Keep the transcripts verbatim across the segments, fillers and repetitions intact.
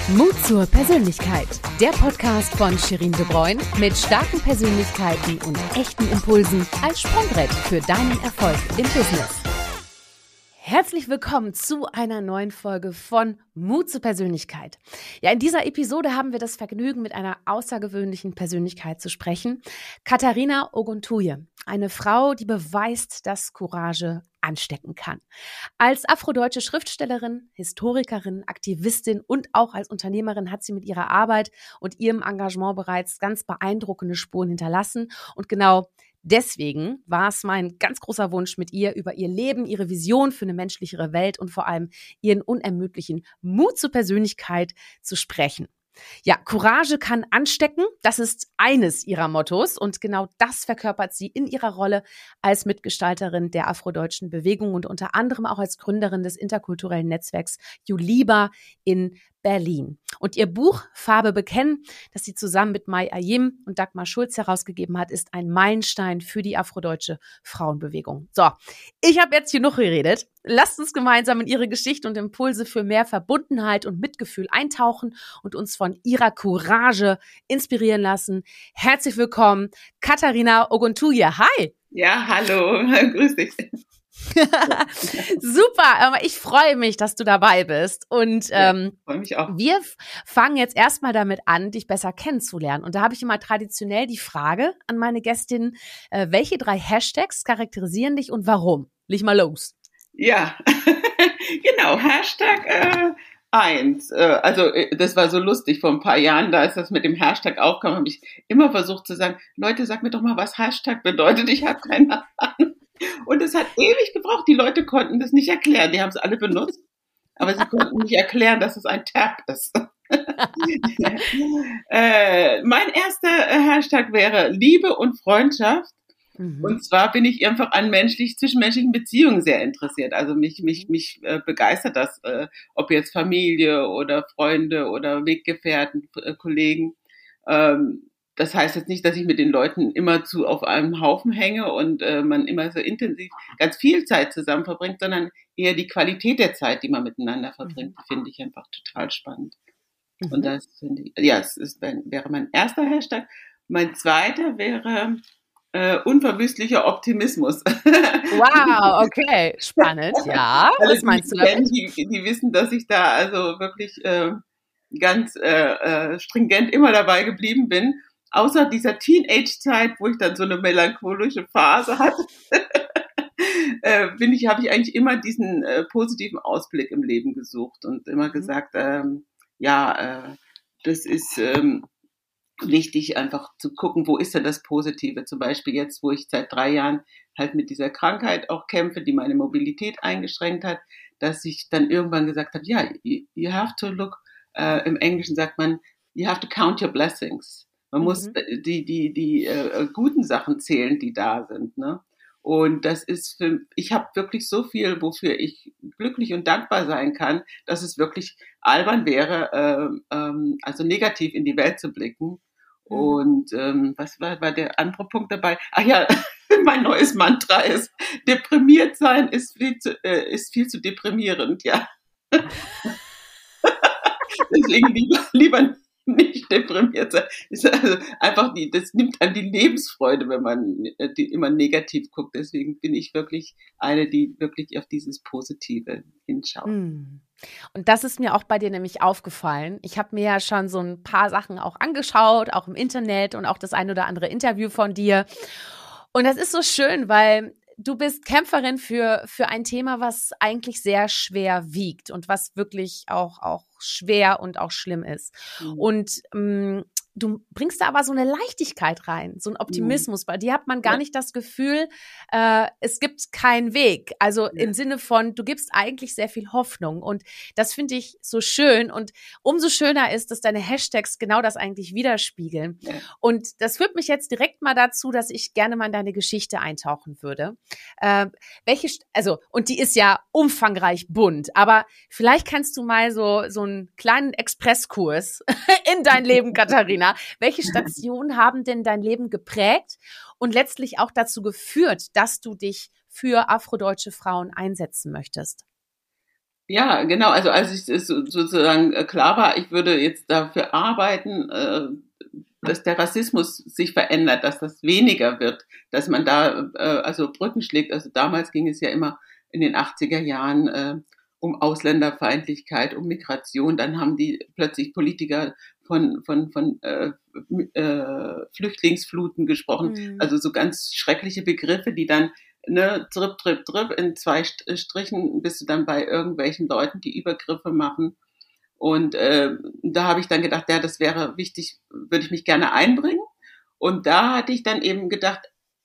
Mut zur Persönlichkeit. Der Podcast von Shirin De Bruyn mit starken Persönlichkeiten und echten Impulsen als Sprungbrett für deinen Erfolg im Business. Herzlich willkommen zu einer neuen Folge von Mut zur Persönlichkeit. Ja, in dieser Episode haben wir das Vergnügen, mit einer außergewöhnlichen Persönlichkeit zu sprechen. Katharina Oguntuye, eine Frau, die beweist, dass Courage anstecken kann. Als afrodeutsche Schriftstellerin, Historikerin, Aktivistin und auch als Unternehmerin hat sie mit ihrer Arbeit und ihrem Engagement bereits ganz beeindruckende Spuren hinterlassen. Und genau deswegen war es mein ganz großer Wunsch, mit ihr über ihr Leben, ihre Vision für eine menschlichere Welt und vor allem ihren unermüdlichen Mut zur Persönlichkeit zu sprechen. Ja, Courage kann anstecken, das ist eines ihrer Mottos und genau das verkörpert sie in ihrer Rolle als Mitgestalterin der afrodeutschen Bewegung und unter anderem auch als Gründerin des interkulturellen Netzwerks Juliba in Berlin. Und ihr Buch Farbe bekennen, das sie zusammen mit Mai Ayim und Dagmar Schulz herausgegeben hat, ist ein Meilenstein für die afrodeutsche Frauenbewegung. So, ich habe jetzt genug geredet. Lasst uns gemeinsam in ihre Geschichte und Impulse für mehr Verbundenheit und Mitgefühl eintauchen und uns von ihrer Courage inspirieren lassen. Herzlich willkommen, Katharina Oguntuye. Hi! Ja, hallo, grüß dich. Super, aber ich freue mich, dass du dabei bist und ähm, ja, freue mich auch. Wir f- fangen jetzt erstmal damit an, dich besser kennenzulernen und da habe ich immer traditionell die Frage an meine Gästinnen, äh, welche drei Hashtags charakterisieren dich und warum? Leg mal los. Ja, genau, Hashtag äh, eins, äh, also äh, das war so lustig, vor ein paar Jahren, da ist das mit dem Hashtag aufgekommen, habe ich immer versucht zu sagen, Leute, sag mir doch mal, was Hashtag bedeutet, ich habe keine Ahnung. Und es hat ewig gebraucht. Die Leute konnten das nicht erklären. Die haben es alle benutzt, aber sie konnten nicht erklären, dass es ein Tab ist. äh, mein erster Hashtag wäre Liebe und Freundschaft. Mhm. Und zwar bin ich einfach an menschlich, zwischenmenschlichen Beziehungen sehr interessiert. Also mich, mich, mich äh, begeistert das, äh, ob jetzt Familie oder Freunde oder Weggefährten, äh, Kollegen. Ähm, Das heißt jetzt nicht, dass ich mit den Leuten immer zu auf einem Haufen hänge und äh, man immer so intensiv ganz viel Zeit zusammen verbringt, sondern eher die Qualität der Zeit, die man miteinander verbringt, mhm. finde ich einfach total spannend. Mhm. Und das finde ich, ja, es ist, wäre mein erster Hashtag. Mein zweiter wäre äh, unverwüstlicher Optimismus. Wow, okay, spannend, ja. Alle, was meinst die du damit? Die, die wissen, dass ich da also wirklich äh, ganz äh, äh, stringent immer dabei geblieben bin. Außer dieser Teenage-Zeit, wo ich dann so eine melancholische Phase hatte, äh, bin ich, habe ich eigentlich immer diesen äh, positiven Ausblick im Leben gesucht und immer gesagt, ähm, ja, äh, das ist ähm, wichtig, einfach zu gucken, wo ist denn das Positive? Zum Beispiel jetzt, wo ich seit drei Jahren halt mit dieser Krankheit auch kämpfe, die meine Mobilität eingeschränkt hat, dass ich dann irgendwann gesagt habe, ja, you, you have to look, äh, im Englischen sagt man, you have to count your blessings. Man mhm. muss die, die, die äh, guten Sachen zählen, die da sind, ne? Und das ist für, ich habe wirklich so viel, wofür ich glücklich und dankbar sein kann, dass es wirklich albern wäre, äh, ähm, also negativ in die Welt zu blicken. Mhm. Und ähm, was war, war der andere Punkt dabei? Ach ja, mein neues Mantra ist, deprimiert sein ist viel zu, äh, ist viel zu deprimierend, ja. Deswegen lieber, lieber nicht deprimiert sein. Also einfach die, das nimmt einem die Lebensfreude, wenn man die immer negativ guckt. Deswegen bin ich wirklich eine, die wirklich auf dieses Positive hinschaut. Und das ist mir auch bei dir nämlich aufgefallen. Ich habe mir ja schon so ein paar Sachen auch angeschaut, auch im Internet und auch das ein oder andere Interview von dir. Und das ist so schön, weil du bist Kämpferin für, für ein Thema, was eigentlich sehr schwer wiegt und was wirklich auch, auch schwer und auch schlimm ist. Mhm. Und ähm, du bringst da aber so eine Leichtigkeit rein, so einen Optimismus. Bei dir hat man gar nicht das Gefühl, äh, es gibt keinen Weg. Also im Sinne von, du gibst eigentlich sehr viel Hoffnung. Und das finde ich so schön. Und umso schöner ist, dass deine Hashtags genau das eigentlich widerspiegeln. Ja. Und das führt mich jetzt direkt mal dazu, dass ich gerne mal in deine Geschichte eintauchen würde. Äh, welche, also, und die ist ja umfangreich bunt, aber vielleicht kannst du mal so, so einen kleinen Expresskurs in dein Leben, Katharina. Welche Stationen haben denn dein Leben geprägt und letztlich auch dazu geführt, dass du dich für afrodeutsche Frauen einsetzen möchtest? Ja, genau. Also als ich es so- sozusagen äh, klar war, ich würde jetzt dafür arbeiten, äh, dass der Rassismus sich verändert, dass das weniger wird, dass man da äh, also Brücken schlägt. Also damals ging es ja immer in den achtziger Jahren äh, um Ausländerfeindlichkeit, um Migration. Dann haben die plötzlich Politiker von von von äh, äh, Flüchtlingsfluten gesprochen. Mhm. Also so ganz schreckliche Begriffe, die dann ne, drip, drip, drip, in zwei Strichen bist du dann bei irgendwelchen Leuten, die Übergriffe machen. Und äh, da habe ich dann gedacht, ja, das wäre wichtig, würde ich mich gerne einbringen. Und da hatte ich dann eben gedacht,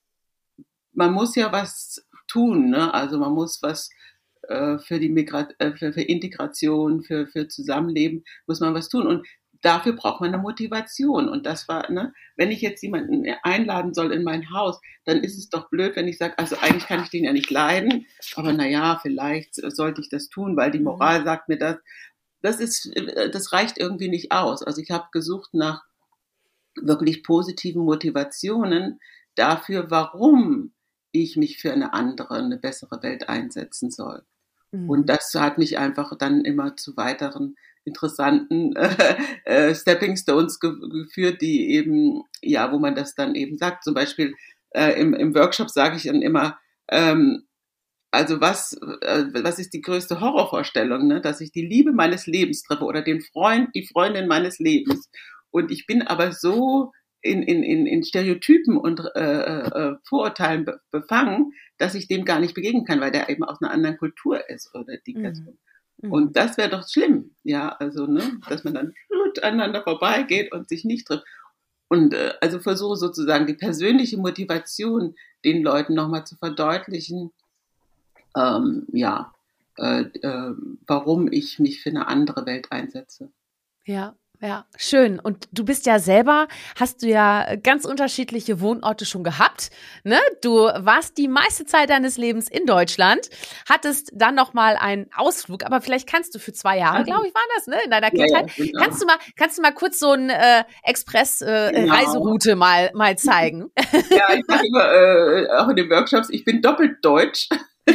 man muss ja was tun, ne? Also man muss was äh, für die Migra äh, für, für Integration, für, für Zusammenleben, muss man was tun. Und dafür braucht man eine Motivation. Und das war, ne, wenn ich jetzt jemanden einladen soll in mein Haus, dann ist es doch blöd, wenn ich sage, also eigentlich kann ich den ja nicht leiden, aber naja, vielleicht sollte ich das tun, weil die Mhm. Moral sagt mir das. Das ist, das reicht irgendwie nicht aus. Also ich habe gesucht nach wirklich positiven Motivationen dafür, warum ich mich für eine andere, eine bessere Welt einsetzen soll. Und Mhm. das hat mich einfach dann immer zu weiteren interessanten äh, äh, Stepping Stones ge geführt, die eben, ja, wo man das dann eben sagt. Zum Beispiel äh, im, im Workshop sage ich dann immer, ähm, also was, äh, was ist die größte Horrorvorstellung, ne? Dass ich die Liebe meines Lebens treffe oder den Freund, die Freundin meines Lebens. Und ich bin aber so in, in, in, in Stereotypen und äh, äh, Vorurteilen be befangen, dass ich dem gar nicht begegnen kann, weil der eben aus einer anderen Kultur ist oder die Mhm. Person. Mhm. Und das wäre doch schlimm, ja, also, ne, dass man dann aneinander vorbeigeht und sich nicht trifft. Und äh, also versuche sozusagen die persönliche Motivation den Leuten nochmal zu verdeutlichen, ähm, ja, äh, äh, warum ich mich für eine andere Welt einsetze. Ja, ja, schön. Und du bist ja selber, hast du ja ganz unterschiedliche Wohnorte schon gehabt, ne? Du warst die meiste Zeit deines Lebens in Deutschland, hattest dann noch mal einen Ausflug, aber vielleicht kannst du für zwei Jahre, Also, glaube ich, waren das, ne, in deiner ja, Kindheit. ja, genau. Kannst du mal, kannst du mal kurz so ein äh, Genau. Express-Reiseroute mal mal zeigen? Ja, ich sage immer, äh, auch in den Workshops, ich bin doppelt deutsch.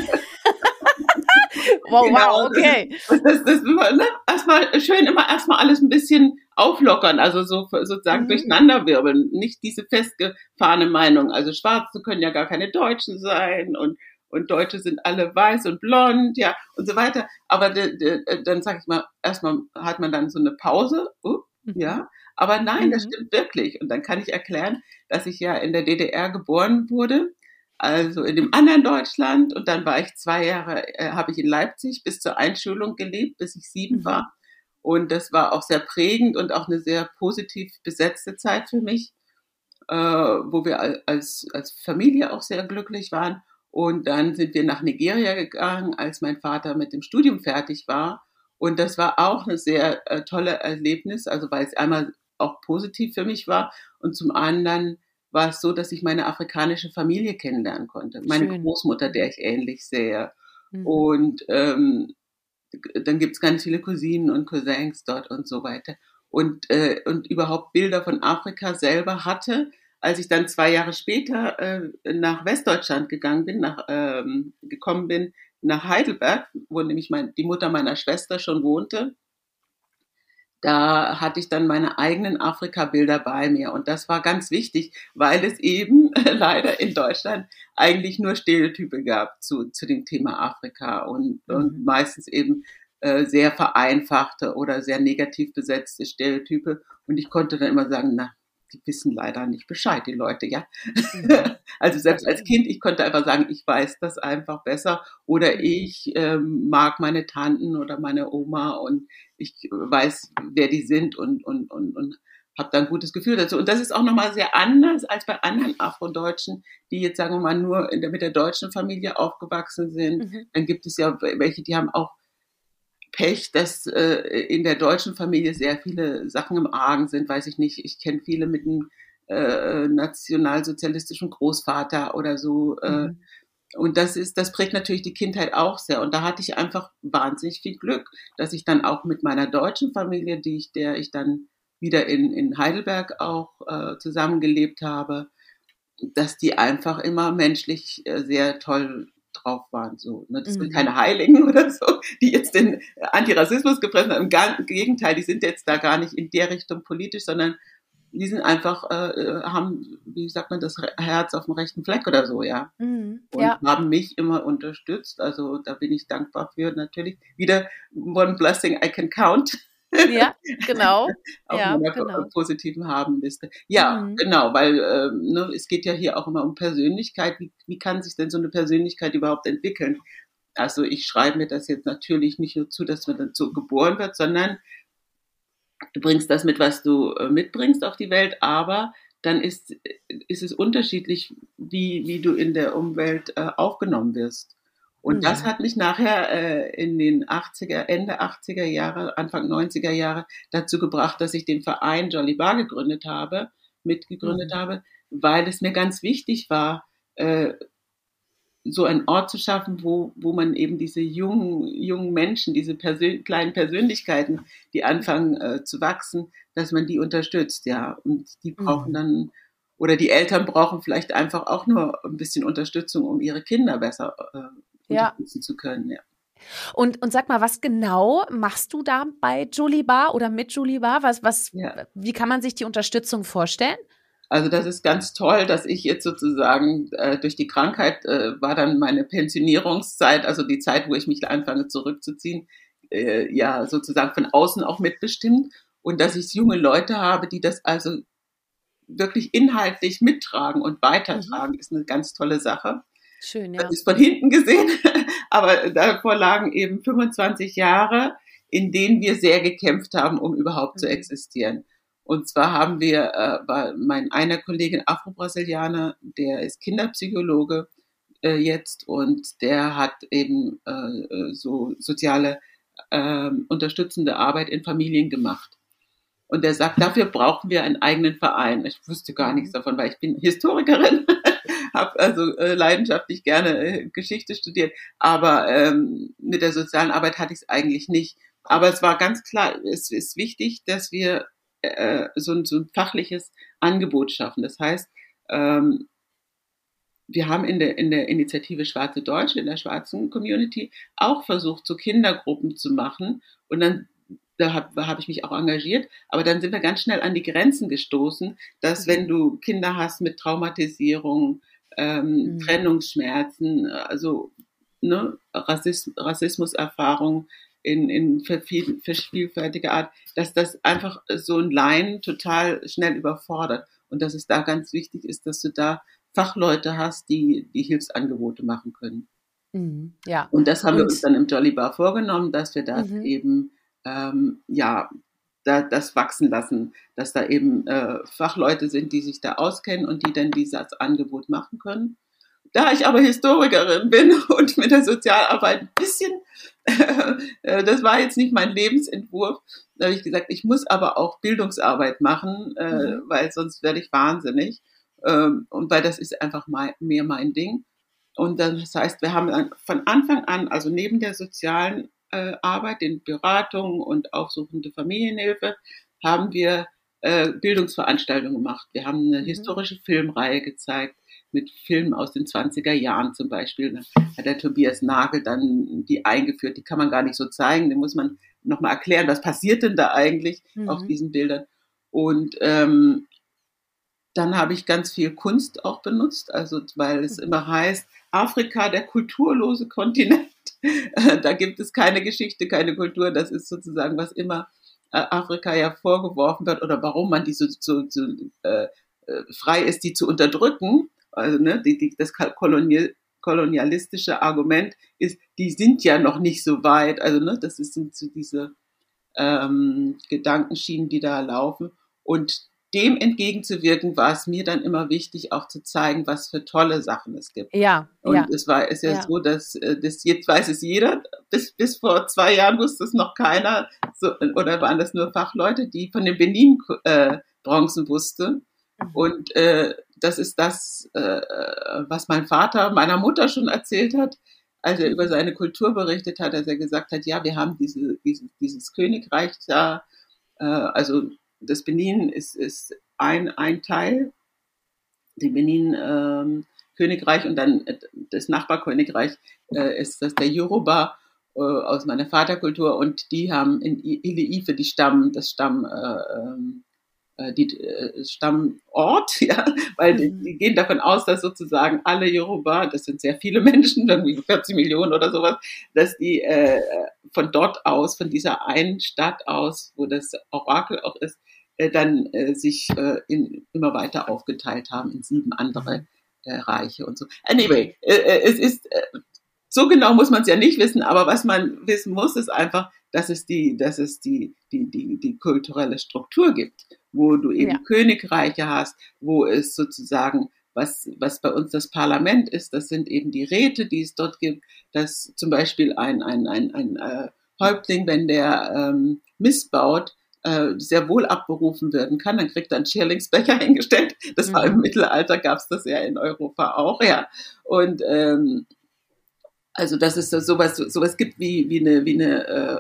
Wow, wow, Genau, das ist, okay. das, das, das ne? Erstmal schön immer erstmal alles ein bisschen auflockern, also so sozusagen Mhm. durcheinanderwirbeln, nicht diese festgefahrene Meinung. Also Schwarze können ja gar keine Deutschen sein und und Deutsche sind alle weiß und blond, ja und so weiter. Aber de, de, dann sage ich mal, erstmal hat man dann so eine Pause, uh, Mhm. ja. Aber nein, das Mhm. stimmt wirklich. Und dann kann ich erklären, dass ich ja in der D D R geboren wurde, also in dem anderen Deutschland. Und dann war ich zwei Jahre, äh, habe ich in Leipzig bis zur Einschulung gelebt, bis ich sieben Mhm. war. Und das war auch sehr prägend und auch eine sehr positiv besetzte Zeit für mich, äh, wo wir als, als Familie auch sehr glücklich waren. Und dann sind wir nach Nigeria gegangen, als mein Vater mit dem Studium fertig war. Und das war auch eine sehr äh, tolle Erlebnis, also weil es einmal auch positiv für mich war und zum anderen war es so, dass ich meine afrikanische Familie kennenlernen konnte. Meine Schön. Großmutter, der Mhm. ich ähnlich sehe. Mhm. Und ähm, dann gibt's ganz viele Cousinen und Cousins dort und so weiter. Und, äh, und überhaupt Bilder von Afrika selber hatte, als ich dann zwei Jahre später äh, nach Westdeutschland gegangen bin, nach, ähm, gekommen bin, nach Heidelberg, wo nämlich mein, die Mutter meiner Schwester schon wohnte. Da hatte ich dann meine eigenen Afrika-Bilder bei mir. Und das war ganz wichtig, weil es eben äh, leider in Deutschland eigentlich nur Stereotype gab zu, zu dem Thema Afrika und, und Mhm. meistens eben äh, sehr vereinfachte oder sehr negativ besetzte Stereotype. Und ich konnte dann immer sagen, na, die wissen leider nicht Bescheid, die Leute, ja. Mhm. Also selbst als Okay. Kind, ich konnte einfach sagen, ich weiß das einfach besser oder Mhm. ich ähm, mag meine Tanten oder meine Oma und ich weiß, wer die sind und, und, und, und habe da ein gutes Gefühl dazu. Und das ist auch nochmal sehr anders als bei anderen Afrodeutschen, die jetzt, sagen wir mal, nur in der, mit der deutschen Familie aufgewachsen sind. Mhm. Dann gibt es ja welche, die haben auch Pech, dass äh, in der deutschen Familie sehr viele Sachen im Argen sind, weiß ich nicht. Ich kenne viele mit einem äh, nationalsozialistischen Großvater oder so. Äh, Mhm. und das ist, das prägt natürlich die Kindheit auch sehr. Und da hatte ich einfach wahnsinnig viel Glück, dass ich dann auch mit meiner deutschen Familie, die ich, der ich dann wieder in, in Heidelberg auch äh, zusammengelebt habe, dass die einfach immer menschlich äh, sehr toll drauf waren. So, ne? Das Mhm. sind keine Heiligen oder so, die jetzt den Antirassismus gepressen haben. Im Gegenteil, die sind jetzt da gar nicht in der Richtung politisch, sondern die sind einfach, äh, haben, wie sagt man, das Herz auf dem rechten Fleck oder so, ja. Mhm. Und Ja. haben mich immer unterstützt. Also da bin ich dankbar für natürlich. Wieder one blessing I can count. Ja, genau. Auf Ja, meiner genau. positiven Habenliste. Ja, Mhm. genau, weil ähm, ne, es geht ja hier auch immer um Persönlichkeit. Wie, wie kann sich denn so eine Persönlichkeit überhaupt entwickeln? Also ich schreibe mir das jetzt natürlich nicht nur zu, dass man dann so geboren wird, sondern du bringst das mit, was du äh, mitbringst auf die Welt, aber dann ist, ist es unterschiedlich, wie, wie du in der Umwelt äh, aufgenommen wirst. Und Mhm. das hat mich nachher äh, in den achtziger, Ende achtziger Jahre, Anfang neunziger Jahre dazu gebracht, dass ich den Verein Jolly Bar gegründet habe, mitgegründet Mhm. habe, weil es mir ganz wichtig war, äh, so einen Ort zu schaffen, wo, wo man eben diese jungen, jungen Menschen, diese Persön kleinen Persönlichkeiten, die anfangen äh, zu wachsen, dass man die unterstützt, ja. Und die brauchen Mhm. dann, oder die Eltern brauchen vielleicht einfach auch nur ein bisschen Unterstützung, um ihre Kinder besser äh, Ja. unterstützen zu können, ja. Und, und sag mal, was genau machst du da bei Jolly Bar oder mit Jolly Bar? Was, was, Ja. wie kann man sich die Unterstützung vorstellen? Also das ist ganz toll, dass ich jetzt sozusagen äh, durch die Krankheit äh, war dann meine Pensionierungszeit, also die Zeit, wo ich mich anfange zurückzuziehen, äh, ja sozusagen von außen auch mitbestimmt und dass ich junge Leute habe, die das also wirklich inhaltlich mittragen und weitertragen, Mhm. ist eine ganz tolle Sache. Schön, Das ja. ist von hinten gesehen, aber davor lagen eben fünfundzwanzig Jahre, in denen wir sehr gekämpft haben, um überhaupt zu Mhm. existieren. Und zwar haben wir, äh, war mein einer Kollegin Afro-Brasilianer, der ist Kinderpsychologe äh, jetzt und der hat eben äh, so soziale äh, unterstützende Arbeit in Familien gemacht. Und der sagt, dafür brauchen wir einen eigenen Verein. Ich wusste gar nichts Mhm. davon, weil ich bin Historikerin, habe also äh, leidenschaftlich gerne äh, Geschichte studiert, aber ähm, mit der sozialen Arbeit hatte ich es eigentlich nicht. Aber es war ganz klar, es ist wichtig, dass wir äh, so, ein, so ein fachliches Angebot schaffen. Das heißt, ähm, wir haben in der, in der Initiative Schwarze Deutsche, in der schwarzen Community, auch versucht, so Kindergruppen zu machen. Und dann da habe hab ich mich auch engagiert, aber dann sind wir ganz schnell an die Grenzen gestoßen, dass wenn du Kinder hast mit Traumatisierung, ähm, Mhm. Trennungsschmerzen, also ne, Rassism, Rassismuserfahrung in, in vielfältiger Art, dass das einfach so ein Laien total schnell überfordert und dass es da ganz wichtig ist, dass du da Fachleute hast, die die Hilfsangebote machen können. Mhm. Ja. Und das haben wir uns Und dann im Jolly Bar vorgenommen, dass wir das mhm. eben ähm, ja da, das wachsen lassen, dass da eben äh, Fachleute sind, die sich da auskennen und die dann dieses Angebot machen können. Da ich aber Historikerin bin und mit der Sozialarbeit ein bisschen, äh, das war jetzt nicht mein Lebensentwurf, da habe ich gesagt, ich muss aber auch Bildungsarbeit machen, äh, Mhm. weil sonst werde ich wahnsinnig. Ähm, und weil das ist einfach mein, mehr mein Ding. Und das heißt, wir haben dann von Anfang an, also neben der sozialen äh, Arbeit, den Beratungen und aufsuchende Familienhilfe, haben wir äh, Bildungsveranstaltungen gemacht. Wir haben eine Mhm. historische Filmreihe gezeigt, mit Filmen aus den zwanziger Jahren zum Beispiel. Da hat der Tobias Nagel dann die eingeführt. Die kann man gar nicht so zeigen. Da muss man nochmal erklären, was passiert denn da eigentlich Mhm. auf diesen Bildern. Und ähm, dann habe ich ganz viel Kunst auch benutzt, also weil es immer heißt, Afrika, der kulturlose Kontinent. Da gibt es keine Geschichte, keine Kultur. Das ist sozusagen, was immer Afrika ja vorgeworfen wird oder warum man die so, so, so äh, frei ist, die zu unterdrücken. Also ne, die, die, das Kolonial, kolonialistische Argument ist, die sind ja noch nicht so weit. Also ne, das sind so diese ähm, Gedankenschienen, die da laufen. Und dem entgegenzuwirken, war es mir dann immer wichtig, auch zu zeigen, was für tolle Sachen es gibt. Ja, Und ja. es war ist ja, Ja. so, dass das jetzt weiß es jeder. Bis bis vor zwei Jahren wusste es noch keiner. So, oder waren das nur Fachleute, die von den Benin-Bronzen äh, wussten. Mhm. Und äh, das ist das, äh, was mein Vater meiner Mutter schon erzählt hat, als er über seine Kultur berichtet hat, dass er gesagt hat, ja, wir haben diese, diese, dieses Königreich da, äh, also das Benin ist, ist ein, ein Teil. Die Benin ähm, Königreich und dann das Nachbarkönigreich äh, ist das der Yoruba äh, aus meiner Vaterkultur und die haben in Ile-Ife die Stamm, das Stamm äh, äh, die äh, Stammort, ja, weil die, die gehen davon aus, dass sozusagen alle Yoruba, das sind sehr viele Menschen, irgendwie vierzig Millionen oder sowas, dass die äh, von dort aus, von dieser einen Stadt aus, wo das Orakel auch ist, äh, dann äh, sich äh, in, immer weiter aufgeteilt haben in sieben andere äh, Reiche und so. Anyway, äh, es ist äh, so genau muss man es ja nicht wissen, aber was man wissen muss, ist einfach, dass es die, dass es die, die, die, die kulturelle Struktur gibt, wo du eben ja. Königreiche hast, wo es sozusagen, was, was bei uns das Parlament ist, das sind eben die Räte, die es dort gibt, dass zum Beispiel ein, ein, ein, ein äh, Häuptling, wenn der ähm, missbaut, äh, sehr wohl abberufen werden kann, dann kriegt er einen Schierlingsbecher hingestellt. Das mhm. war im Mittelalter, gab es das ja in Europa auch, ja. Und ähm, also dass es da sowas, sowas gibt wie, wie eine, wie eine äh,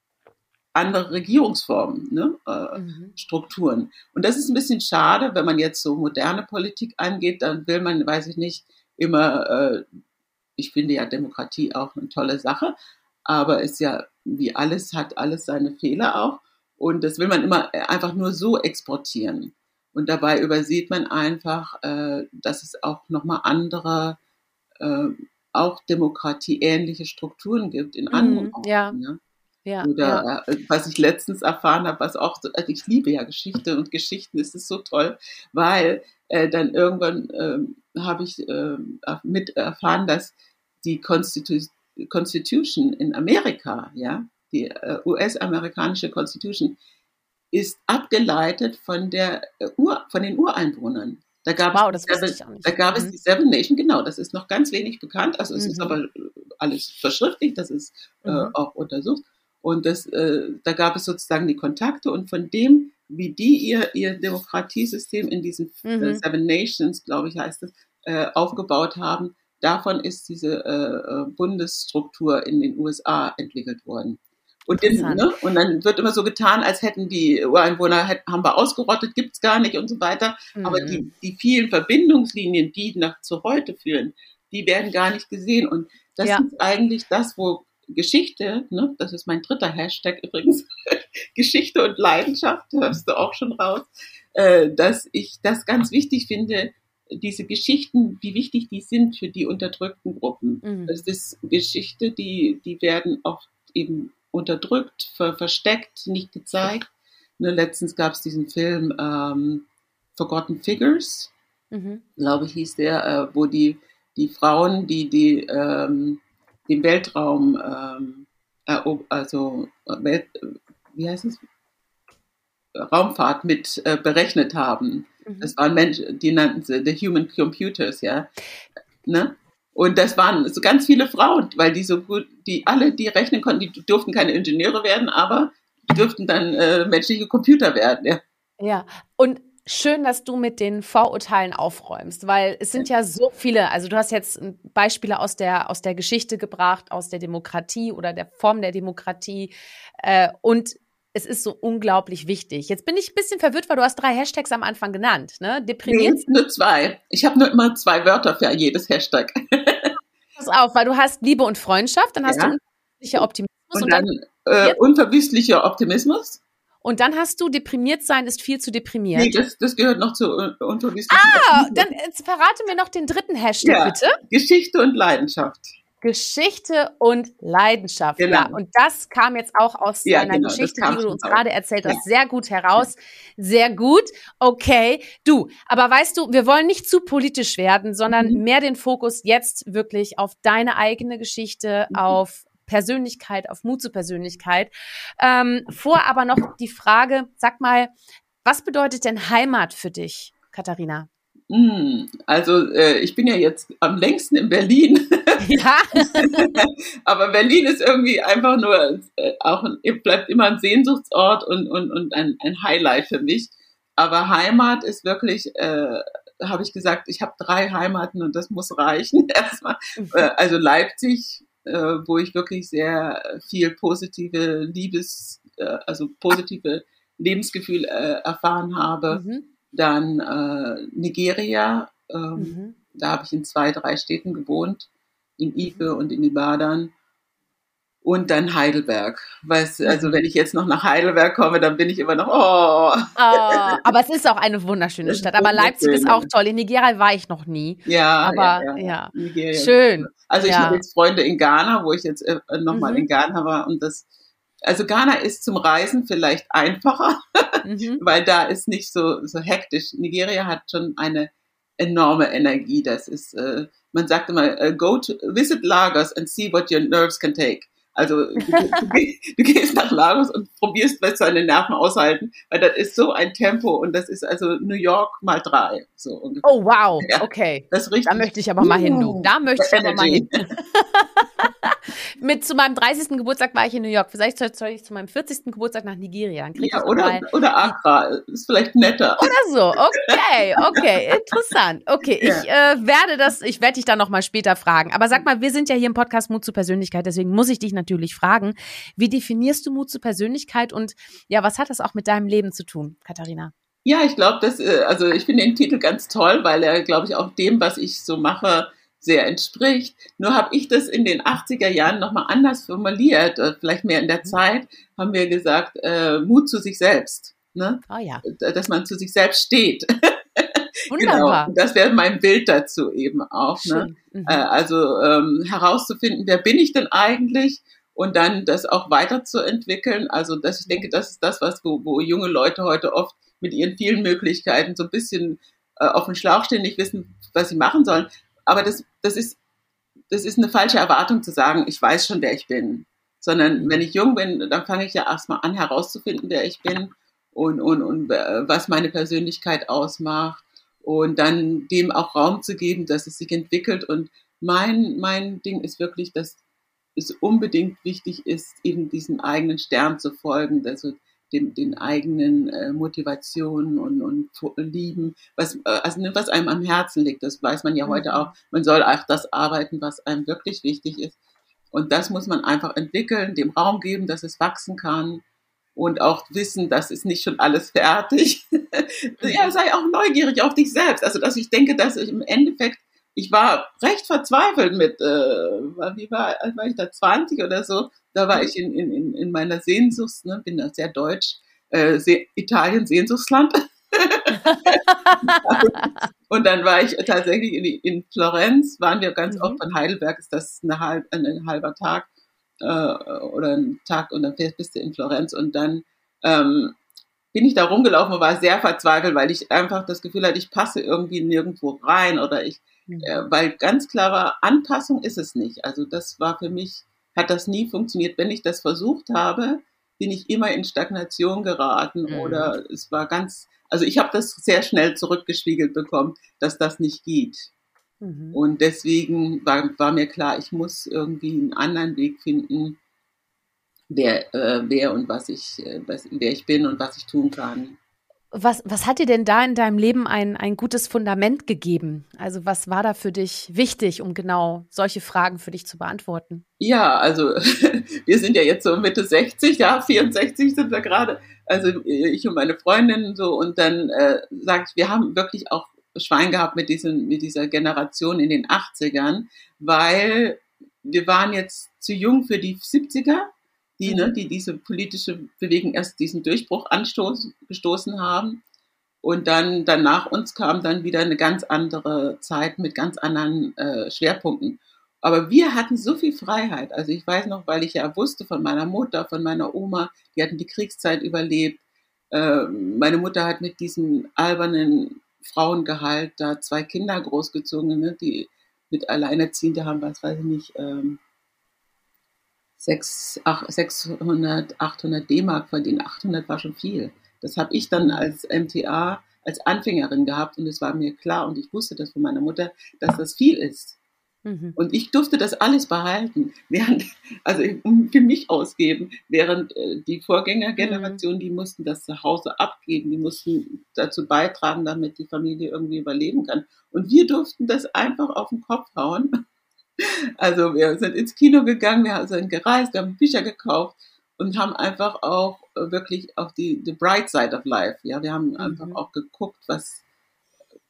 andere Regierungsformen, ne? äh, mhm. Strukturen. Und das ist ein bisschen schade, wenn man jetzt so moderne Politik angeht, dann will man, weiß ich nicht, immer, äh, ich finde ja Demokratie auch eine tolle Sache, aber ist ja, wie alles, hat alles seine Fehler auch. Und das will man immer einfach nur so exportieren. Und dabei übersieht man einfach, äh, dass es auch nochmal andere äh, auch demokratieähnliche Strukturen gibt in anderen mm, Orten. Ja. Ne? Ja, Oder ja. Äh, was ich letztens erfahren habe, was auch, so, also ich liebe ja Geschichte und Geschichten, es ist so toll, weil äh, dann irgendwann äh, habe ich äh, mit erfahren, dass die Constitu- Constitution in Amerika, ja, die äh, U S-amerikanische Constitution, ist abgeleitet von der äh, Ur, von den Ureinwohnern. Da gab, wow, es, das Seven, ich auch nicht. da gab mhm. es die Seven Nation, genau, das ist noch ganz wenig bekannt, also es mhm. ist aber alles verschriftlicht, das ist äh, mhm. auch untersucht und das, äh, da gab es sozusagen die Kontakte und von dem, wie die ihr, ihr Demokratiesystem in diesen mhm. äh, Seven Nations, glaube ich heißt es, äh, aufgebaut haben, davon ist diese äh, Bundesstruktur in den U S A entwickelt worden. Und, den, ne? und dann wird immer so getan, als hätten die Ureinwohner, hätten, haben wir ausgerottet, gibt's gar nicht und so weiter. Mhm. Aber die, die vielen Verbindungslinien, die nach zu heute führen, die werden gar nicht gesehen. Und das ja. ist eigentlich das, wo Geschichte, ne? Das ist mein dritter Hashtag übrigens, Geschichte und Leidenschaft, hörst du auch schon raus, äh, dass ich das ganz wichtig finde, diese Geschichten, wie wichtig die sind für die unterdrückten Gruppen. Mhm. Das ist Geschichte, die, die werden oft eben unterdrückt, ver- versteckt, nicht gezeigt. Ne, letztens gab es diesen Film ähm, Forgotten Figures, mhm. glaube ich hieß der, äh, wo die, die Frauen, die, die ähm, den Weltraum, ähm, äh, also Welt, wie heißt es? Raumfahrt mit äh, berechnet haben. Mhm. Das waren Menschen, die nannten sie The Human Computers, ja. Ne? Und das waren so ganz viele Frauen, weil die so gut, die alle, die rechnen konnten, die durften keine Ingenieure werden, aber die durften dann äh, menschliche Computer werden. Ja. ja, und schön, dass du mit den Vorurteilen aufräumst, weil es sind ja so viele, also du hast jetzt Beispiele aus der, aus der Geschichte gebracht, aus der Demokratie oder der Form der Demokratie äh, und es ist so unglaublich wichtig. Jetzt bin ich ein bisschen verwirrt, weil du hast drei Hashtags am Anfang genannt, ne? Deprimiert. Nee, nur zwei. Ich habe nur immer zwei Wörter für jedes Hashtag. Pass auf, weil du hast Liebe und Freundschaft, dann hast ja. du unverwüstlicher Optimismus. Und, und dann, dann äh, unverwüstlicher Optimismus. Und dann hast du deprimiert sein ist viel zu deprimiert. Nee, das, das gehört noch zu uh, unverwüstlichem Ah, Optimismus. Dann jetzt verrate mir noch den dritten Hashtag, ja. bitte. Geschichte und Leidenschaft. Geschichte und Leidenschaft. Genau. Ja, und das kam jetzt auch aus ja, deiner genau, Geschichte, die du uns auch. gerade erzählt hast, ja. sehr gut heraus. Sehr gut. Okay. Du, aber weißt du, wir wollen nicht zu politisch werden, sondern mhm. mehr den Fokus jetzt wirklich auf deine eigene Geschichte, mhm. auf Persönlichkeit, auf Mut zur Persönlichkeit. Ähm, vor aber noch die Frage, sag mal, was bedeutet denn Heimat für dich, Katharina? Also äh, ich bin ja jetzt am längsten in Berlin. Ja. Aber Berlin ist irgendwie einfach nur, äh, auch bleibt immer ein Sehnsuchtsort und, und, und ein, ein Highlight für mich. Aber Heimat ist wirklich, äh, habe ich gesagt, ich habe drei Heimaten und das muss reichen. Erstmal, äh, also Leipzig, äh, wo ich wirklich sehr viel positive Liebes, äh, also positive Lebensgefühl äh, erfahren habe. Mhm. Dann äh, Nigeria, ähm, mhm. da habe ich in zwei, drei Städten gewohnt, in Ife und in Ibadan. Und dann Heidelberg. Weißt, also wenn ich jetzt noch nach Heidelberg komme, dann bin ich immer noch, oh. Oh, aber es ist auch eine wunderschöne Stadt. Aber Leipzig ist auch toll. In Nigeria war ich noch nie. Ja, aber ja, ja. ja. Nigeria. Schön. Also ich ja. habe jetzt Freunde in Ghana, wo ich jetzt äh, nochmal Mhm. in Ghana war. Und das, also Ghana ist zum Reisen vielleicht einfacher, Mhm. weil da ist nicht so, so hektisch. Nigeria hat schon eine enorme Energie. Das ist, äh, man sagt immer, uh, go to visit Lagos and see what your nerves can take. Also du, du, du gehst nach Lagos und probierst, was deine Nerven aushalten, weil das ist so ein Tempo und das ist also New York mal drei. So ungefähr. Oh wow, ja, okay. Das richtig, da möchte ich aber mal hin, du. Da möchte ich aber mal hin. Mit zu meinem dreißigsten Geburtstag war ich in New York. Vielleicht soll ich zu meinem vierzigsten Geburtstag nach Nigeria. Ja, oder, oder Accra, ist vielleicht netter. Oder so, okay, okay, interessant. Okay, ja. ich äh, werde das, ich werde dich dann nochmal später fragen. Aber sag mal, wir sind ja hier im Podcast Mut zur Persönlichkeit, deswegen muss ich dich natürlich fragen, wie definierst du Mut zur Persönlichkeit und ja, was hat das auch mit deinem Leben zu tun, Katharina? Ja, ich glaube, dass, also ich finde den Titel ganz toll, weil er, glaube ich, auch dem, was ich so mache, sehr entspricht. Nur habe ich das in den achtziger Jahren nochmal anders formuliert, vielleicht mehr in der Zeit, haben wir gesagt, äh, Mut zu sich selbst. Ne? Oh ja. Dass man zu sich selbst steht. Wunderbar. Genau. Und das wäre mein Bild dazu eben auch. Ne? Mhm. Äh, also ähm, herauszufinden, wer bin ich denn eigentlich? Und dann das auch weiterzuentwickeln. Also dass ich denke, das ist das, was wo, wo junge Leute heute oft mit ihren vielen Möglichkeiten so ein bisschen äh, auf dem Schlauch stehen, nicht wissen, was sie machen sollen. Aber das, das ist, das ist eine falsche Erwartung zu sagen, ich weiß schon, wer ich bin. Sondern wenn ich jung bin, dann fange ich ja erstmal an herauszufinden, wer ich bin und, und, und was meine Persönlichkeit ausmacht. Und dann dem auch Raum zu geben, dass es sich entwickelt. Und mein, mein Ding ist wirklich, dass es unbedingt wichtig ist, eben diesem eigenen Stern zu folgen, also den, den eigenen äh, Motivationen und, und Lieben, was, äh, also was einem am Herzen liegt. Das weiß man ja mhm. heute auch. Man soll auch das arbeiten, was einem wirklich wichtig ist. Und das muss man einfach entwickeln, dem Raum geben, dass es wachsen kann und auch wissen, das ist nicht schon alles fertig. Ja, sei auch neugierig auf dich selbst. Also, dass ich denke, dass ich im Endeffekt, ich war recht verzweifelt mit, äh, wie war, war ich da, zwanzig oder so, da war ich in, in, in meiner Sehnsuchts, ne, bin da sehr deutsch, äh, Se- Italien Sehnsuchtsland. Und dann war ich tatsächlich in, in Florenz, waren wir ganz mhm. oft, von Heidelberg ist das eine halb, ein halber Tag äh, oder ein Tag und dann bist du in Florenz und dann ähm, bin ich da rumgelaufen und war sehr verzweifelt, weil ich einfach das Gefühl hatte, ich passe irgendwie nirgendwo rein oder ich, mhm. äh, weil ganz klar war, Anpassung ist es nicht. Also das war für mich, hat das nie funktioniert. Wenn ich das versucht habe, bin ich immer in Stagnation geraten mhm. oder es war ganz, also ich habe das sehr schnell zurückgespiegelt bekommen, dass das nicht geht. Mhm. Und deswegen war, war mir klar, ich muss irgendwie einen anderen Weg finden, wer, äh, wer und was ich, äh, was, wer ich bin und was ich tun kann. Was, was hat dir denn da in deinem Leben ein, ein gutes Fundament gegeben? Also was war da für dich wichtig, um genau solche Fragen für dich zu beantworten? Ja, also wir sind ja jetzt so Mitte sechzig, ja, vierundsechzig sind wir gerade, also ich und meine Freundin so und dann äh, sage ich, wir haben wirklich auch Schwein gehabt mit, diesen, mit dieser Generation in den achtzigern, weil wir waren jetzt zu jung für die siebziger, die, mhm. ne, die diese politische Bewegung erst diesen Durchbruch angestoßen haben. Und dann, dann nach uns kam dann wieder eine ganz andere Zeit mit ganz anderen äh, Schwerpunkten. Aber wir hatten so viel Freiheit. Also ich weiß noch, weil ich ja wusste von meiner Mutter, von meiner Oma, die hatten die Kriegszeit überlebt. Äh, meine Mutter hat mit diesem albernen Frauengehalt da zwei Kinder großgezogen, ne, die mit Alleinerziehende haben, was weiß ich nicht, ähm, sechshundert, achthundert D-Mark verdient. achthundert war schon viel. Das habe ich dann als M T A, als Anfängerin gehabt und es war mir klar und ich wusste das von meiner Mutter, dass das viel ist. Mhm. Und ich durfte das alles behalten, während, also für mich ausgeben, während äh, die Vorgängergeneration, mhm. die mussten das zu Hause abgeben, die mussten dazu beitragen, damit die Familie irgendwie überleben kann. Und wir durften das einfach auf den Kopf hauen. Also wir sind ins Kino gegangen, wir sind gereist, wir haben Bücher gekauft und haben einfach auch wirklich auf die the bright side of life, ja, wir haben mhm. einfach auch geguckt, was